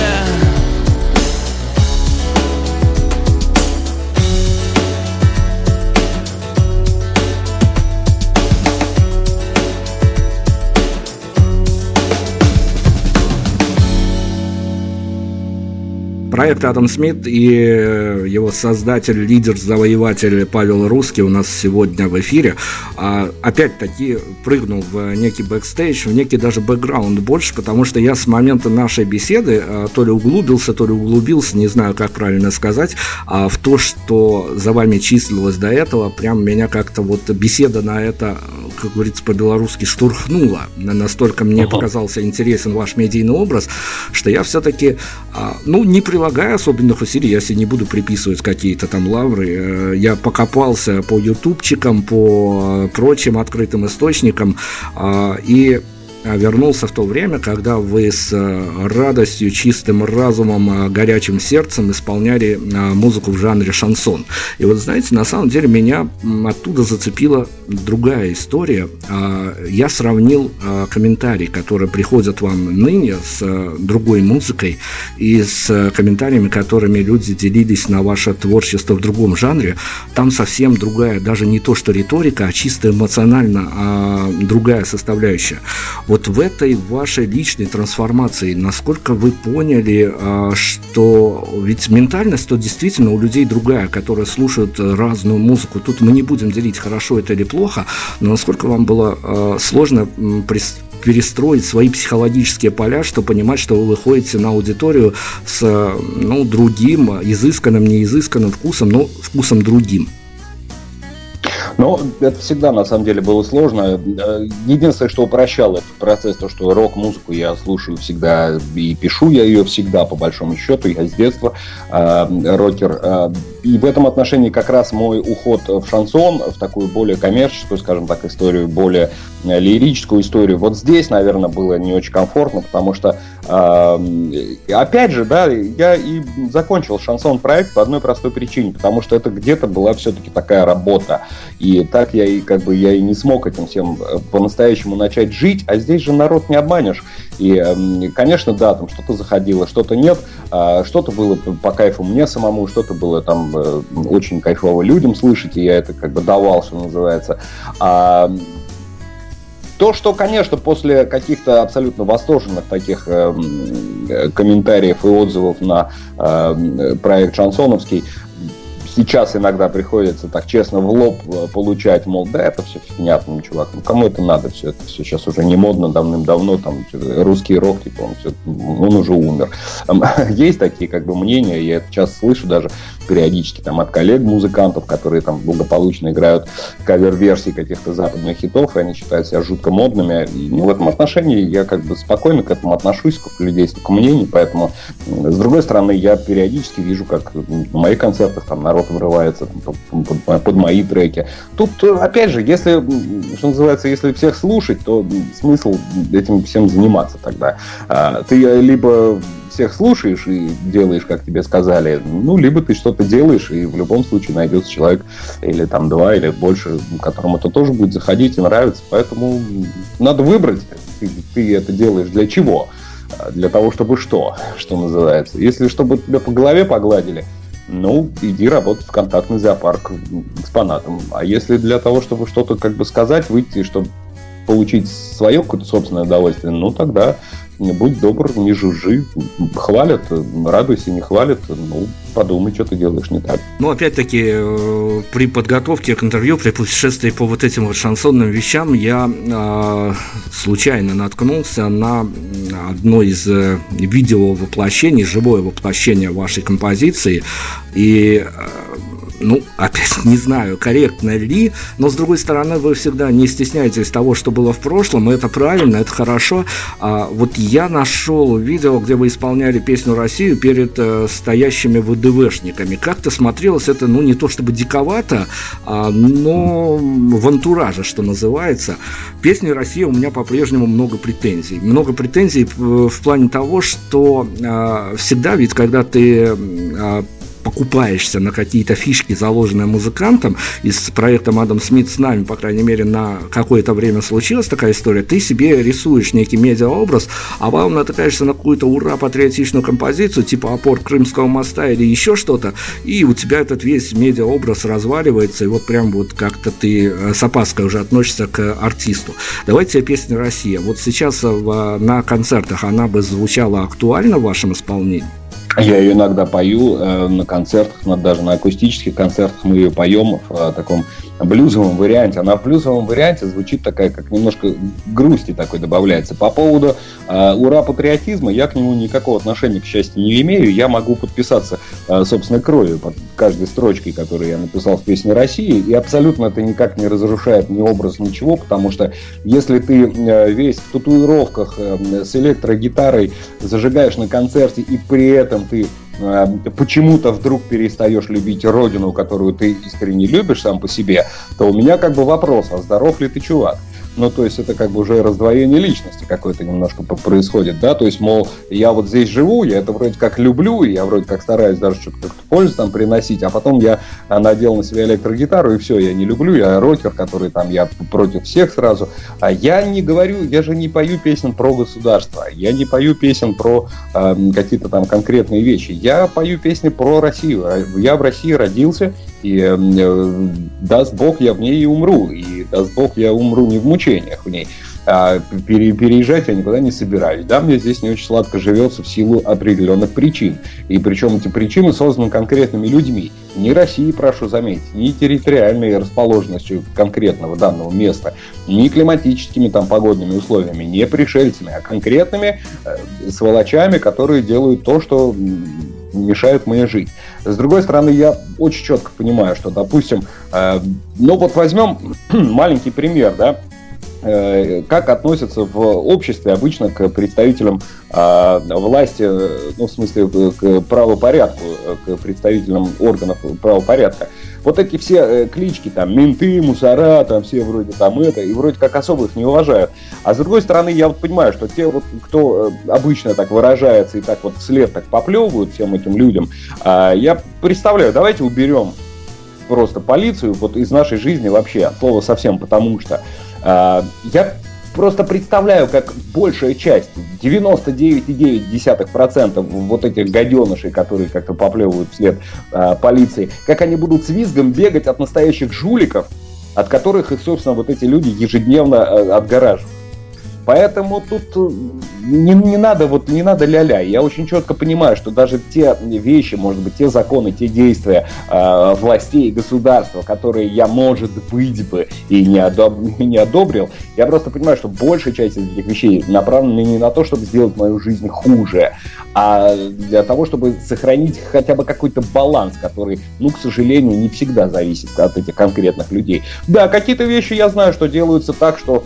Проект Адам Смит и его создатель, лидер, завоеватель Павел Русский у нас сегодня в эфире. Опять-таки прыгнул в некий бэкстейдж, в некий даже бэкграунд больше, потому что я с момента нашей беседы то ли углубился, не знаю, как правильно сказать, в то, что за вами числилось до этого, прям меня как-то вот беседа на это, как говорится по-белорусски, штурхнула. Настолько мне показался интересен ваш медийный образ, что я все-таки, не прилагая особенных усилий, я себе не буду приписывать какие-то там лавры, я покопался по ютубчикам, по прочим открытым источникам и вернулся в то время, когда вы с радостью, чистым разумом, горячим сердцем исполняли музыку в жанре шансон. И вот, знаете, на самом деле меня оттуда зацепила другая история. Я сравнил комментарии, которые приходят вам ныне с другой музыкой и с комментариями, которыми люди делились на ваше творчество в другом жанре. Там совсем другая, даже не то что риторика, а чисто эмоционально другая составляющая. Вот в этой вашей личной трансформации, насколько вы поняли, что ведь ментальность, то действительно у людей другая, которые слушают разную музыку. Тут мы не будем делить, хорошо это или плохо, но насколько вам было сложно перестроить свои психологические поля, чтобы понимать, что вы выходите на аудиторию с другим, изысканным, неизысканным вкусом, но вкусом другим? Но это всегда, на самом деле, было сложно. Единственное, что упрощало этот процесс, то, что рок-музыку я слушаю всегда и пишу я ее всегда, по большому счету. Я с детства рокер. И в этом отношении как раз мой уход в шансон, в такую более коммерческую, скажем так, историю, более лирическую историю, вот здесь, наверное, было не очень комфортно, потому что, опять же, да, я и закончил шансон-проект по одной простой причине, потому что это где-то была все-таки такая работа. И так я и не смог этим всем по-настоящему начать жить, а здесь же народ не обманешь. И, конечно, да, там что-то заходило, что-то нет, что-то было по кайфу мне самому, что-то было там очень кайфово людям слышать, и я это как бы давал, что называется. То, что, конечно, после каких-то абсолютно восторженных таких комментариев и отзывов на проект шансоновский, сейчас иногда приходится так честно в лоб получать, мол, да, это все фигня, чувак, кому это надо, все это все сейчас уже не модно, давным-давно, там, русский рок, типа, он уже умер. Есть такие, как бы, мнения, я это часто слышу даже периодически, там, от коллег-музыкантов, которые, там, благополучно играют кавер-версии каких-то западных хитов, и они считают себя жутко модными, и в этом отношении я, как бы, спокойно к этому отношусь, сколько людей, столько мнений, поэтому, с другой стороны, я периодически вижу, как на моих концертах, там, народ врывается под мои треки. Тут, опять же, если, что называется, если всех слушать, то смысл этим всем заниматься тогда. Ты либо всех слушаешь и делаешь, как тебе сказали, либо ты что-то делаешь, и в любом случае найдется человек, или там два, или больше, которому это тоже будет заходить и нравиться. Поэтому надо выбрать, ты это делаешь для чего? Для того, чтобы что называется. Если чтобы тебя по голове погладили, иди работать в контактный зоопарк экспонатом. А если для того, чтобы что-то как бы сказать, выйти, чтобы получить свое какое-то собственное удовольствие, тогда будь добр, не жужжи. Хвалят, радуйся, не хвалят, подумай, что ты делаешь не так. Опять-таки, при подготовке к интервью, при путешествии по вот этим вот шансонным вещам, я случайно наткнулся на одно из видеовоплощений, живое воплощение вашей композиции, и опять не знаю, корректно ли, но с другой стороны, вы всегда не стесняетесь того, что было в прошлом, и это правильно, это хорошо. Вот я нашел видео, где вы исполняли песню «Россию» перед стоящими ВДВшниками. Как-то смотрелось это, не то чтобы диковато, но в антураже, что называется. Песня «Россия» у меня по-прежнему много претензий. Много претензий в плане того, что всегда ведь, когда ты покупаешься на какие-то фишки, заложенные музыкантом, и с проектом Адам Смит с нами, по крайней мере, на какое-то время случилась такая история, ты себе рисуешь некий медиаобраз, а вам натыкаешься на какую-то ура-патриотичную композицию, типа «Опор Крымского моста» или еще что-то, и у тебя этот весь медиаобраз разваливается, и вот прям вот как-то ты с опаской уже относишься к артисту. Давайте песня «Россия». Вот сейчас на концертах она бы звучала актуально в вашем исполнении? Я ее иногда пою на концертах, даже на акустических концертах мы ее поем в таком блюзовом варианте. Она в блюзовом варианте звучит такая, как немножко грусти такой добавляется. По поводу ура-патриотизма я к нему никакого отношения, к счастью, не имею. Я могу подписаться собственной кровью под каждой строчкой, которую я написал в песне «России», и абсолютно это никак не разрушает ни образ, ничего, потому что если ты весь в татуировках с электрогитарой зажигаешь на концерте, и при этом ты почему-то вдруг перестаешь любить родину, которую ты искренне любишь сам по себе, то у меня как бы вопрос, а здоров ли ты, чувак? То есть это как бы уже раздвоение личности какое-то немножко происходит, да, то есть, мол, я вот здесь живу, я это вроде как люблю, и я вроде как стараюсь даже что-то как-то пользу там приносить, а потом я надел на себя электрогитару, и все, я не люблю, я рокер, который там, я против всех сразу, а я не говорю, я же не пою песен про государство, я не пою песен про какие-то там конкретные вещи, я пою песни про Россию, я в России родился, и даст Бог, я в ней и умру. И даст Бог, я умру не в мучениях в ней. переезжать я никуда не собираюсь. Да, мне здесь не очень сладко живется в силу определенных причин. И причем эти причины созданы конкретными людьми. Не Россией, прошу заметить, не территориальной расположенностью конкретного данного места, не климатическими там погодными условиями, не пришельцами, а конкретными сволочами, которые делают то, что мешают мне жить. С другой стороны, я очень четко понимаю, что, допустим, возьмем маленький пример, да, как относятся в обществе обычно к представителям власти, в смысле к правопорядку, к представителям органов правопорядка. Вот эти все клички, там, менты, мусора, там, все вроде там это, и вроде как особо их не уважают. А с другой стороны, я понимаю, что те, кто обычно так выражается и так вот вслед так поплевывают всем этим людям, я представляю, давайте уберем просто полицию вот из нашей жизни вообще, от слова совсем, потому что я просто представляю, как большая часть, 99,9% вот этих гаденышей, которые как-то поплевывают вслед полиции, как они будут с визгом бегать от настоящих жуликов, от которых их, собственно, вот эти люди ежедневно отгораживают. Поэтому тут не надо ля-ля. Я очень четко понимаю, что даже те вещи, может быть, те законы, те действия властей и государства, которые я, может быть, бы и не одобрил, я просто понимаю, что большая часть из этих вещей направлена не на то, чтобы сделать мою жизнь хуже, а для того, чтобы сохранить хотя бы какой-то баланс, который, к сожалению, не всегда зависит от этих конкретных людей. Да, какие-то вещи я знаю, что делаются так, что,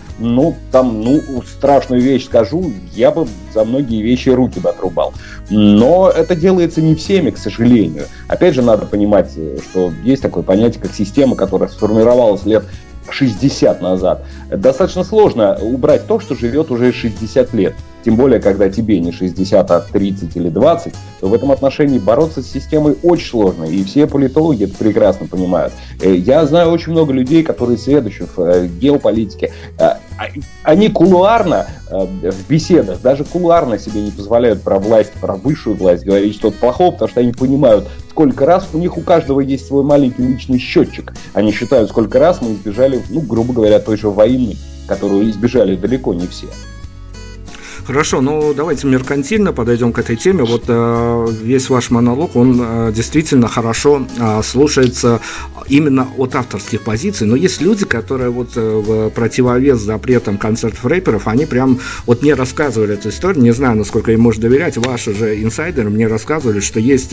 страшную вещь скажу, я бы за многие вещи руки бы отрубал. Но это делается не всеми, к сожалению. Опять же, надо понимать, что есть такое понятие, как система, которая сформировалась лет 60 назад. Достаточно сложно убрать то, что живет уже 60 лет. Тем более, когда тебе не 60, а 30 или 20, то в этом отношении бороться с системой очень сложно. И все политологи это прекрасно понимают. Я знаю очень много людей, которые сведущи в геополитике. Они кулуарно в беседах, даже кулуарно себе не позволяют про власть, про высшую власть говорить что-то плохого, потому что они понимают, сколько раз у каждого есть свой маленький личный счетчик. Они считают, сколько раз мы избежали, грубо говоря, той же войны, которую избежали далеко не все. Хорошо, давайте меркантильно подойдем к этой теме. Вот весь ваш монолог, он действительно хорошо слушается именно от авторских позиций. Но есть люди, которые в противовес запретам концертов рэперов, они прям мне рассказывали эту историю. Не знаю, насколько им можно доверять. Ваши же инсайдеры мне рассказывали, что есть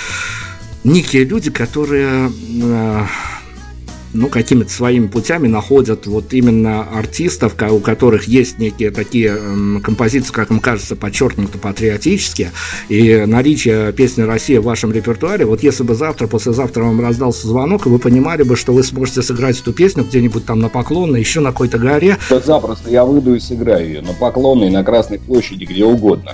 некие люди, которые какими-то своими путями находят именно артистов, у которых есть некие такие композиции, как им кажется, подчеркнуто патриотические, и наличие песни «Россия» в вашем репертуаре, если бы завтра, послезавтра вам раздался звонок, и вы понимали бы, что вы сможете сыграть эту песню где-нибудь там на Поклонной, еще на какой-то горе. Да запросто, я выйду и сыграю ее на Поклонной, на Красной площади, где угодно,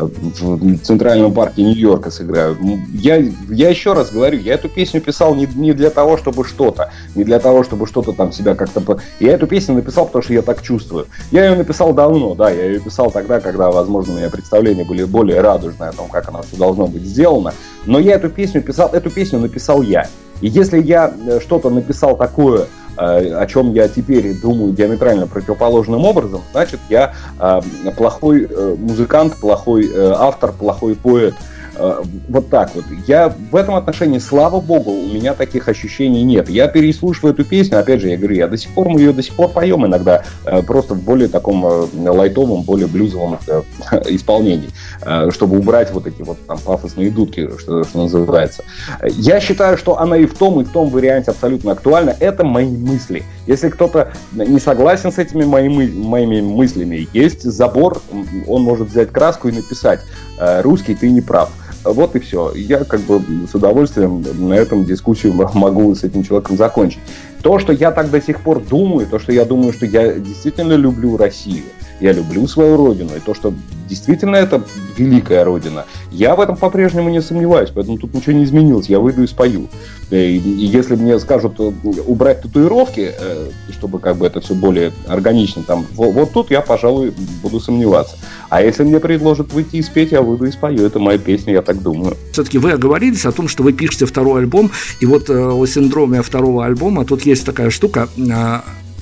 в Центральном парке Нью-Йорка сыграю. Я еще раз говорю, я эту песню писал не для того, чтобы что-то, не для того, чтобы что-то там себя как-то... Я эту песню написал, потому что я так чувствую. Я ее написал давно, да, я ее писал тогда, когда, возможно, у меня представления были более радужные о том, как оно все должно быть сделано. Но я эту песню написал я. И если я что-то написал такое, о чем я теперь думаю диаметрально противоположным образом, значит, я плохой музыкант, плохой автор, плохой поэт. Вот так вот. Я в этом отношении, слава богу, у меня таких ощущений нет. Я переслушиваю эту песню, опять же, я говорю, мы ее до сих пор поем иногда, просто в более таком лайтовом, более блюзовом исполнении, чтобы убрать эти там пафосные дудки, что называется. Я считаю, что она и в том варианте абсолютно актуальна. Это мои мысли. Если кто-то не согласен с этими моими мыслями, есть забор, он может взять краску и написать: «Русский, ты не прав». Вот и все. Я с удовольствием на этом дискуссию могу с этим человеком закончить. То, что я так до сих пор думаю, что я действительно люблю Россию, я люблю свою родину, и то, что действительно это великая родина, я в этом по-прежнему не сомневаюсь, поэтому тут ничего не изменилось, я выйду и спою. И если мне скажут убрать татуировки, чтобы это все более органично, вот тут я, пожалуй, буду сомневаться. А если мне предложат выйти и спеть, я выйду и спою. Это моя песня, я так думаю. Все-таки вы оговорились о том, что вы пишете второй альбом, и о синдроме второго альбома тут есть такая штука.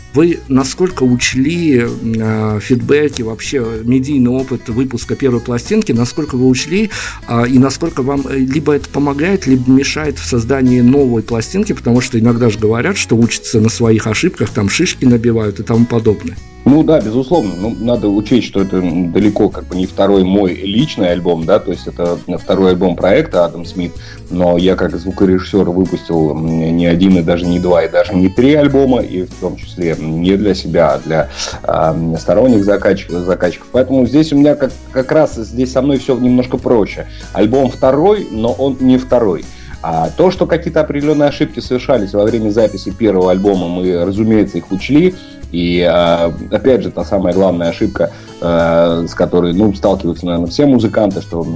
Вы насколько учли фидбэки, вообще медийный опыт выпуска первой пластинки, насколько вы учли и насколько вам либо это помогает, либо мешает в создании новой пластинки, потому что иногда же говорят, что учатся на своих ошибках, там шишки набивают и тому подобное. Ну да, безусловно. Ну, надо учесть, что это далеко как бы не второй мой личный альбом, да, то есть это второй альбом проекта Адам Смит, но я как звукорежиссер выпустил не один, и даже не два, и даже не три альбома, и в том числе не для себя, а для сторонних заказчиков. Поэтому здесь у меня как раз здесь со мной все немножко проще. Альбом второй, но он не второй. А то, что какие-то определенные ошибки совершались во время записи первого альбома, мы, разумеется, их учли. И, опять же, та самая главная ошибка, с которой, сталкиваются, наверное, все музыканты, что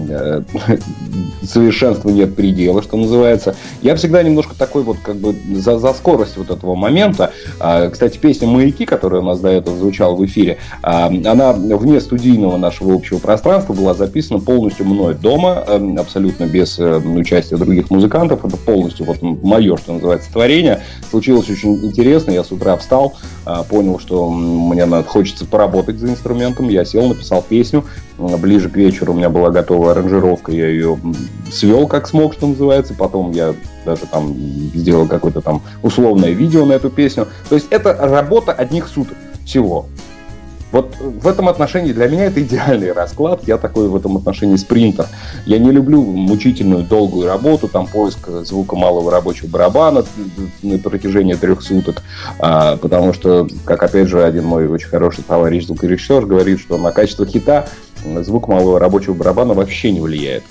совершенству нет предела, что называется. Я всегда немножко такой вот, как бы, за скорость вот этого момента. Кстати, песня «Маяки», которая у нас до этого звучала в эфире, она вне студийного нашего общего пространства была записана полностью мной дома, абсолютно без участия других музыкантов. Это полностью вот мое, что называется, творение. Случилось очень интересно. Я с утра встал, понял, что мне хочется поработать за инструментом. Я сел, написал песню. Ближе к вечеру у меня была готова аранжировка. Я ее свел как смог, что называется. Потом я даже там сделал какое-то там условное видео на эту песню. То есть это работа одних суток всего. Вот в этом отношении для меня это идеальный расклад. Я такой в этом отношении спринтер. Я не люблю мучительную долгую работу, там поиск звука малого рабочего барабана на протяжении 3 суток. Потому что, как опять же один мой очень хороший товарищ звукорежиссер говорит, что на качество хита звук малого рабочего барабана вообще не влияет.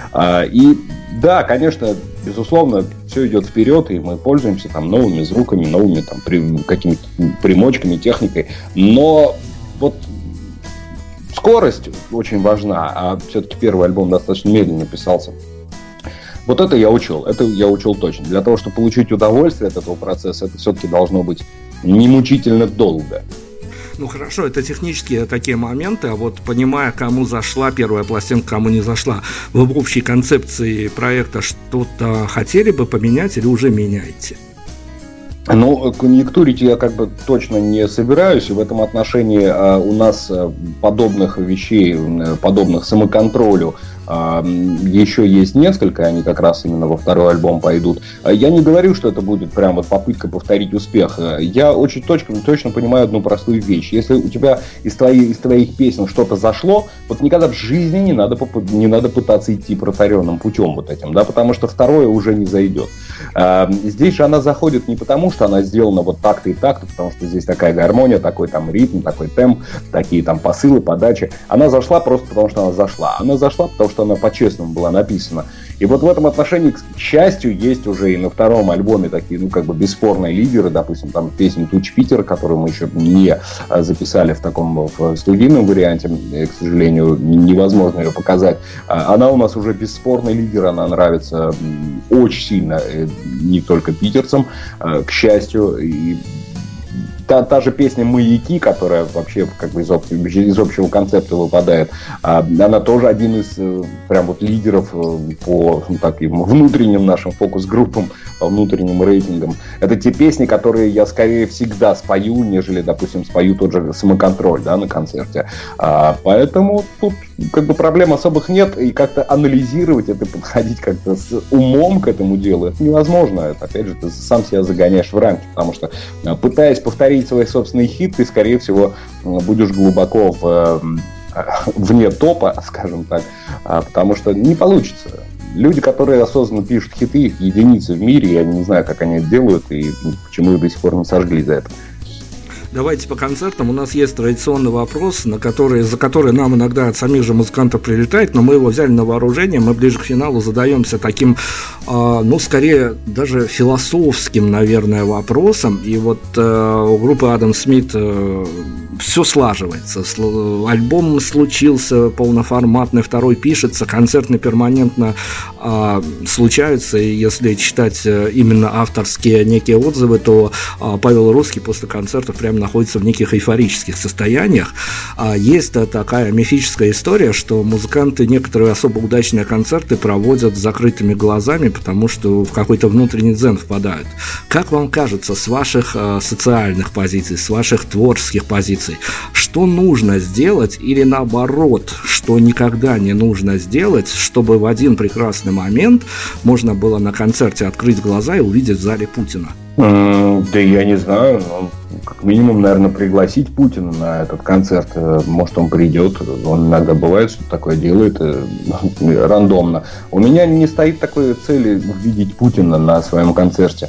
И да, конечно, безусловно, все идет вперед, и мы пользуемся там новыми звуками, новыми там какими-то примочками, техникой. Но вот скорость очень важна, а все-таки первый альбом достаточно медленно писался. Вот это я учел точно. Для того, чтобы получить удовольствие от этого процесса, это все-таки должно быть не мучительно долго. Ну хорошо, это технические такие моменты, а вот понимая, кому зашла первая пластинка, кому не зашла, вы в общей концепции проекта что-то хотели бы поменять или уже меняете? Ну, конъюнктурить я как бы точно не собираюсь, и в этом отношении у нас подобных вещей, подобных самоконтролю еще есть несколько, они как раз именно во второй альбом пойдут. Я не говорю, что это будет прям вот попытка повторить успех. Я очень точно понимаю одну простую вещь. Если у тебя из твоих песен что-то зашло, вот никогда в жизни не надо пытаться идти протаренным путем вот этим, да, потому что второе уже не зайдет. Здесь же она заходит не потому, что она сделана вот так-то и так-то, потому что здесь такая гармония, такой там ритм, такой темп, такие там посылы, подачи. Она зашла просто потому, что она зашла. Она зашла, потому что она по-честному была написана. И вот в этом отношении, к счастью, есть уже и на втором альбоме такие, как бы бесспорные лидеры, допустим, там песня «Туч Питер», которую мы еще не записали в таком в студийном варианте, к сожалению, невозможно ее показать. Она у нас уже бесспорный лидер, она нравится очень сильно не только питерцам, к счастью, и та же песня «Маяки», которая вообще как бы из общего концепта выпадает, она тоже один из прям вот лидеров по таким внутренним нашим фокус-группам, по внутренним рейтингам. Это те песни, которые я скорее всегда спою, нежели, допустим, спою тот же «Самоконтроль», да, на концерте. Поэтому тут как бы проблем особых нет, и как-то анализировать это, подходить как-то с умом к этому делу, это невозможно. Это, опять же, ты сам себя загоняешь в рамки, потому что, пытаясь повторить свой собственный хит, ты, скорее всего, будешь глубоко вне топа, скажем так, потому что не получится. Люди, которые осознанно пишут хиты, их единицы в мире, я не знаю, как они это делают и почему их до сих пор не сожгли за это. Давайте по концертам. У нас есть традиционный вопрос, за который нам иногда от самих же музыкантов прилетает, но мы его взяли на вооружение. Мы ближе к финалу задаемся таким, скорее даже философским, наверное, вопросом. И вот у группы Адам Смит все слаживается. Альбом случился полноформатный, второй пишется, концертный перманентно случаются. И если читать именно авторские некие отзывы, то Павел Русский после концертов прямо находится в неких эйфорических состояниях. Есть такая мифическая история, что музыканты некоторые особо удачные концерты проводят с закрытыми глазами, потому что в какой-то внутренний дзен впадают. Как вам кажется, с ваших социальных позиций, с ваших творческих позиций, что нужно сделать или наоборот, что никогда не нужно сделать, чтобы в один прекрасный момент можно было на концерте открыть глаза и увидеть в зале Путина? Да я не знаю, как минимум, наверное, пригласить Путина на этот концерт. Может, он придет, он иногда бывает, что такое делает рандомно. У меня не стоит такой цели увидеть Путина на своем концерте.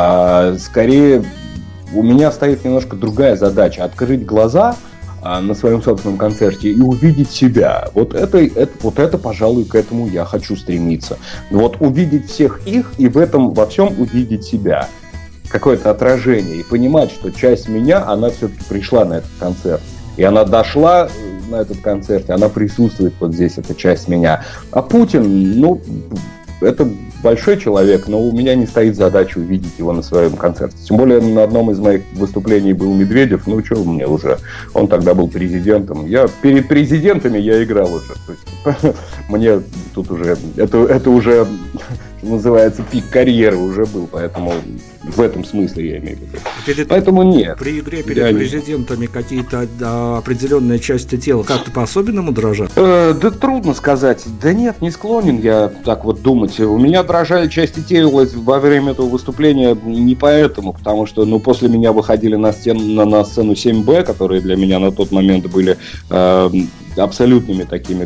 Скорее, у меня стоит немножко другая задача – открыть глаза на своем собственном концерте и увидеть себя. Вот это, пожалуй, к этому я хочу стремиться. Вот увидеть всех их и в этом во всем увидеть себя. Какое-то отражение. И понимать, что часть меня, она все-таки пришла на этот концерт. И она дошла на этот концерт, и она присутствует вот здесь, эта часть меня. А Путин, это большой человек, но у меня не стоит задача увидеть его на своем концерте. Тем более на одном из моих выступлений был Медведев. Что мне уже? Он тогда был президентом. Перед президентами я играл уже. То есть, мне тут уже... Это уже, что называется, пик карьеры уже был. Поэтому в этом смысле я имею в виду. Поэтому нет. При игре перед президентами какие-то определенные части тела как-то по-особенному дрожат? Да трудно сказать. Да нет, не склонен я так вот думать. У меня дрожали части тела во время этого выступления не поэтому, потому что после меня выходили на сцену 7Б, которые для меня на тот момент были абсолютными такими,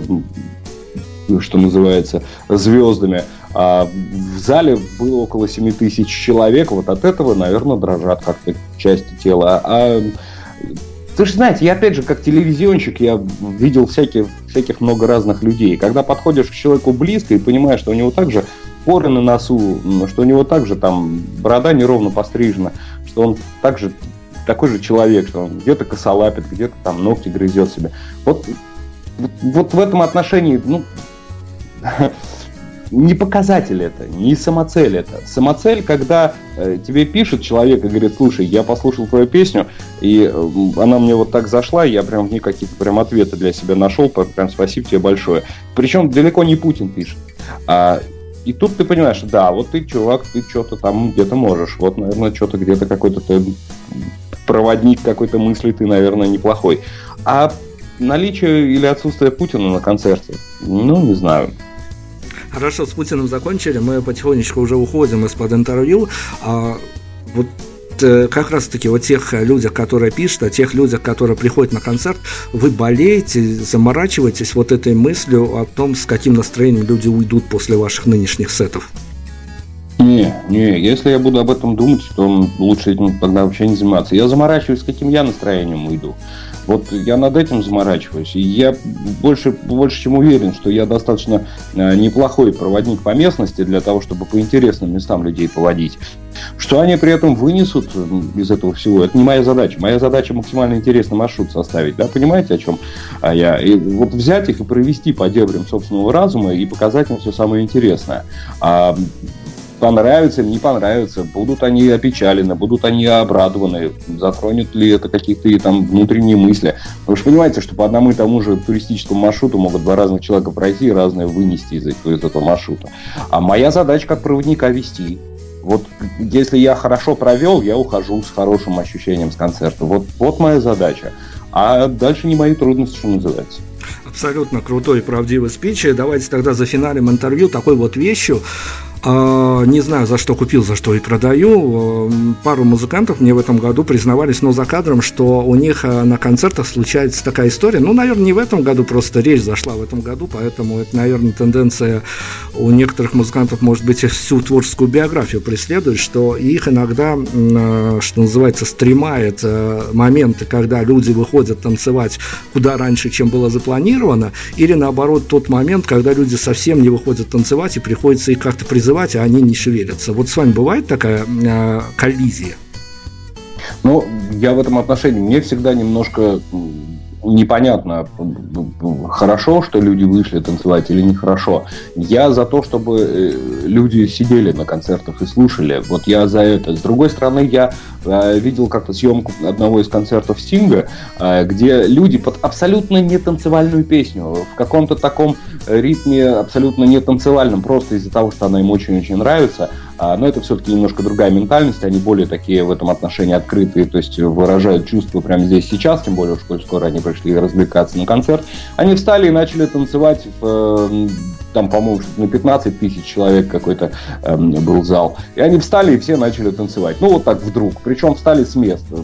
что называется, звездами. А в зале было около 7 тысяч человек. Вот от этого, наверное, дрожат как-то части тела. Вы же знаете, я опять же, как телевизионщик, я видел всяких много разных людей. Когда подходишь к человеку близко и понимаешь, что у него также поры на носу, что у него также там борода неровно пострижена, что он также такой же человек, что он где-то косолапит, где-то там ногти грызет себе. Вот в этом отношении, не показатель это, не самоцель это. Самоцель, когда тебе пишет человек и говорит: слушай, я послушал твою песню, и она мне вот так зашла, я прям в ней какие-то прям ответы для себя нашел, прям спасибо тебе большое. Причем далеко не Путин пишет. И тут ты понимаешь, что да, вот ты, чувак, ты что-то там где-то можешь. Вот, наверное, что-то где-то какой-то ты проводник какой-то мысли ты, наверное, неплохой. А наличие или отсутствие Путина на концерте, не знаю. Хорошо, с Путиным закончили, мы потихонечку уже уходим из-под интервью. Вот как раз-таки о тех людях, которые пишут, о тех людях, которые приходят на концерт, вы болеете, заморачиваетесь вот этой мыслью о том, с каким настроением люди уйдут после ваших нынешних сетов? Не, если я буду об этом думать, то лучше этим тогда вообще не заниматься. Я заморачиваюсь, с каким я настроением уйду. Вот я над этим заморачиваюсь. И я больше чем уверен, что я достаточно неплохой проводник по местности для того, чтобы по интересным местам людей поводить. Что они при этом вынесут из этого всего, это не моя задача. Моя задача максимально интересный маршрут составить. Да? Понимаете, о чем я? И вот взять их и провести по дебрям собственного разума и показать им все самое интересное. Понравится им, не понравится, будут они опечалены, будут они обрадованы, затронет ли это какие-то там внутренние мысли. Вы же понимаете, что по одному и тому же туристическому маршруту могут два разных человека пройти и разное вынести из этого маршрута. А моя задача как проводника вести. Вот если я хорошо провел, я ухожу с хорошим ощущением с концерта. Вот моя задача. А дальше не мои трудности, что называется. Абсолютно крутой и правдивый спич. Давайте тогда зафиналим интервью такой вот вещью. Не знаю, за что купил, за что и продаю. Пару музыкантов мне в этом году признавались, за кадром, что у них на концертах случается такая история. Наверное, не в этом году, просто речь зашла в этом году, поэтому это, наверное, тенденция у некоторых музыкантов, может быть, всю творческую биографию преследует, что их иногда, что называется, стремает моменты, когда люди выходят танцевать куда раньше, чем было запланировано, или наоборот тот момент, когда люди совсем не выходят танцевать и приходится их как-то призывать, а они не шевелятся. Вот с вами бывает такая коллизия? я в этом отношении, мне всегда немножко непонятно, хорошо, что люди вышли танцевать или нехорошо. Я за то, чтобы люди сидели на концертах и слушали. Вот я за это. С другой стороны, я видел как-то съемку одного из концертов Стинга, где люди под абсолютно нетанцевальную песню, в каком-то таком ритме абсолютно нетанцевальном, просто из-за того, что она им очень-очень нравится. Но это все-таки немножко другая ментальность, они более такие в этом отношении открытые, то есть выражают чувства прямо здесь сейчас, тем более, что скоро они пришли развлекаться на концерт. Они встали и начали танцевать, там, по-моему, на 15 тысяч человек какой-то был зал. И они встали и все начали танцевать. Ну, вот так вдруг. Причем встали с места.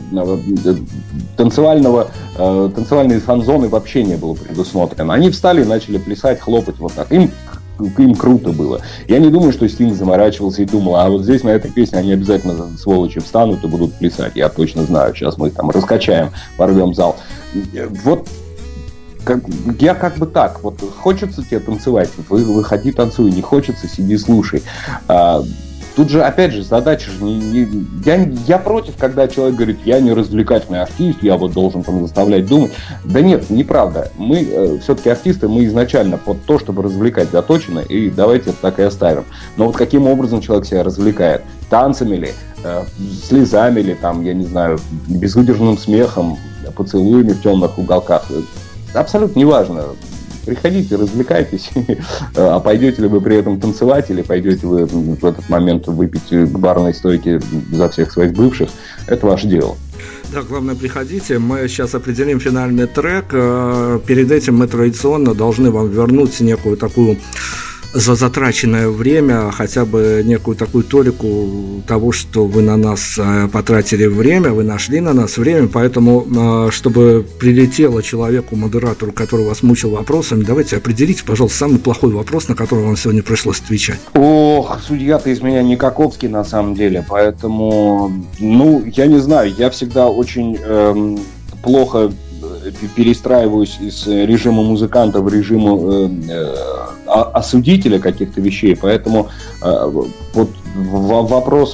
Танцевальной фан-зоны вообще не было предусмотрено. Они встали и начали плясать, хлопать вот так. Им круто было. Я не думаю, что Стинг заморачивался и думал, а вот здесь на этой песне они обязательно сволочи встанут и будут плясать. Я точно знаю. Сейчас мы их там раскачаем, порвем зал. Вот я как бы так. Вот хочется тебе танцевать, выходи, танцуй. Не хочется, сиди, слушай. Тут же, опять же, задача же я против, когда человек говорит, я не развлекательный артист, я вот должен там заставлять думать. Да нет, неправда. Мы все-таки артисты, мы изначально под то, чтобы развлекать заточены, и давайте это так и оставим. Но вот каким образом человек себя развлекает? Танцами ли, слезами ли, там, я не знаю, безудержным смехом, поцелуями в темных уголках. Абсолютно неважно. Приходите, развлекайтесь, а пойдете ли вы при этом танцевать, или пойдете вы в этот момент выпить к барной стойке за всех своих бывших, это ваше дело. Да, главное, приходите. Мы сейчас определим финальный трек. Перед этим мы традиционно должны вам вернуть некую такую за затраченное время, хотя бы некую такую толику того, что вы на нас потратили время, вы нашли на нас время, поэтому, чтобы прилетело человеку, модератору, который вас мучил вопросами, давайте определите, пожалуйста, самый плохой вопрос, на который вам сегодня пришлось отвечать. Ох, судья-то из меня Никаковский на самом деле, поэтому, я не знаю, я всегда очень плохо перестраиваюсь из режима музыканта в режим осудителя каких-то вещей, поэтому вот вопрос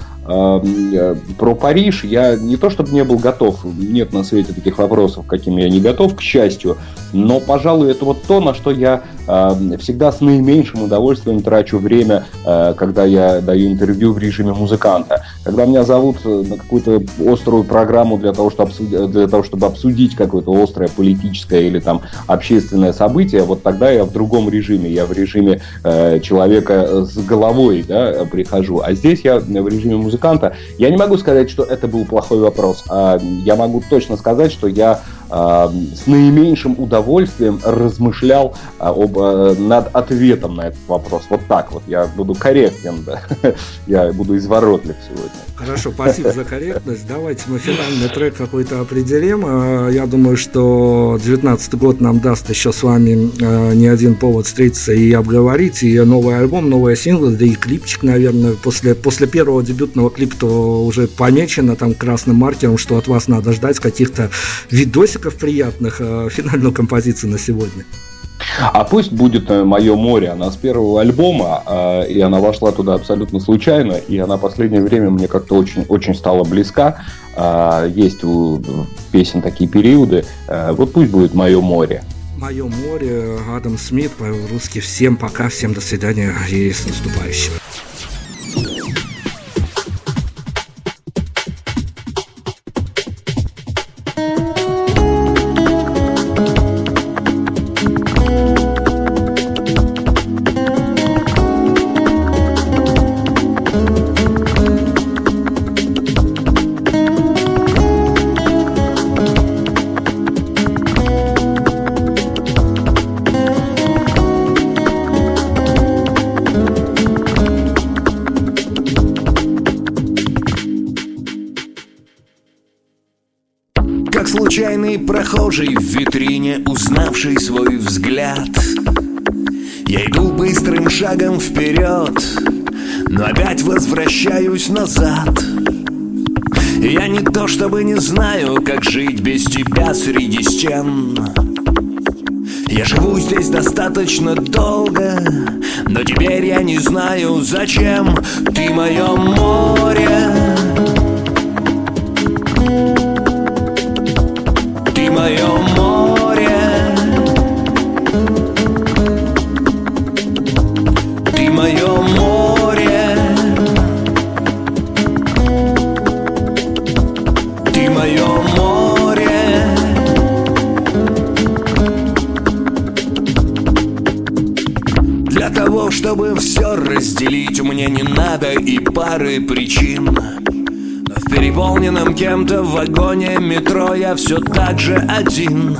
про Париж я не то чтобы не был готов, нет на свете таких вопросов, каким я не готов, к счастью, но, пожалуй, это вот то, на что я всегда с наименьшим удовольствием трачу время, когда я даю интервью в режиме музыканта. Когда меня зовут на какую-то острую программу для того, чтобы обсудить какое-то острое политическое или там общественное событие, вот тогда я в другом режиме, я в режиме человека с головой, да, прихожу, а здесь я в режиме музыканта. Я не могу сказать, что это был плохой вопрос, а я могу точно сказать, что я с наименьшим удовольствием размышлял над ответом на этот вопрос. Вот так вот. Я буду корректен, да. Я буду изворотлив сегодня. Хорошо, спасибо за корректность. Давайте мы финальный трек какой-то определим. Я думаю, что 19 год нам даст еще с вами не один повод встретиться и обговорить. И новый альбом, новые синглы, да и клипчик, наверное. После первого дебютного клипа уже помечено там красным маркером, что от вас надо ждать каких-то видосиков приятных, финальную композицию на сегодня. А пусть будет «Мое море». Она с первого альбома, и она вошла туда абсолютно случайно, и она в последнее время мне как-то очень стала близка. Есть у песен такие периоды. Вот пусть будет «Мое море». «Мое море», Адам Смит, по-русски. Всем пока, всем до свидания и с наступающим. Случайный прохожий в витрине, узнавший свой взгляд. Я иду быстрым шагом вперед, но опять возвращаюсь назад. Я не то чтобы не знаю, как жить без тебя среди стен. Я живу здесь достаточно долго, но теперь я не знаю, зачем ты мое море. Для того, чтобы все разделить, мне не надо и пары причин. Но в переполненном кем-то вагоне метро я все так же один.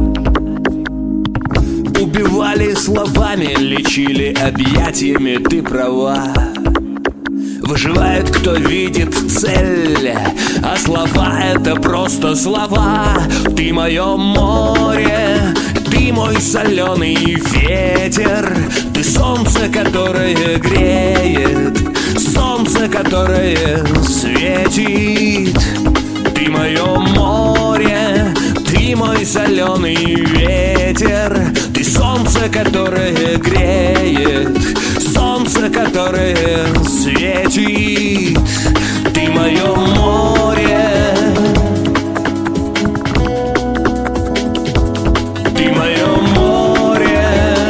Убивали словами, лечили объятиями, ты права. Выживает, кто видит цель, а слова — это просто слова. Ты мое море, ты мой соленый ветер, ты солнце, которое греет, солнце, которое светит. Ты мое море, ты мой соленый ветер, ты солнце, которое греет, солнце, которое светит. Ты мое море, ты мое море.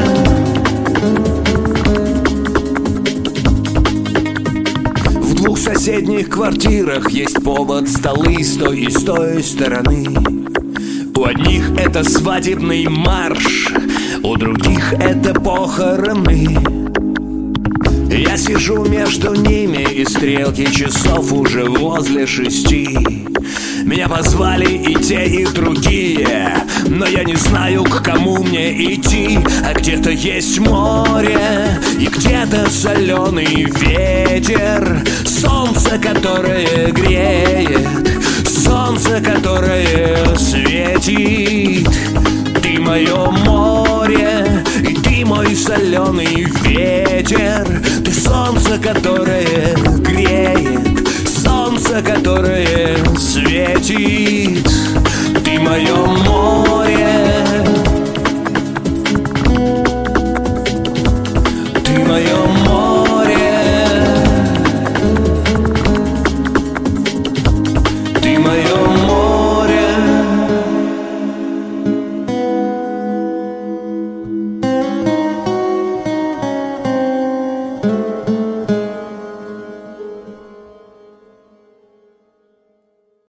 В двух соседних квартирах есть повод, столы с той и с той стороны. У одних это свадебный марш, у других это похороны. Я сижу между ними, и стрелки часов уже возле 6. Меня позвали и те, и другие, но я не знаю, к кому мне идти. А где-то есть море, и где-то соленый ветер, солнце, которое греет, солнце, которое светит. Ты мое море, и ты мой соленый ветер, ты солнце, которое греет, солнце, которое светит. Ты мое море,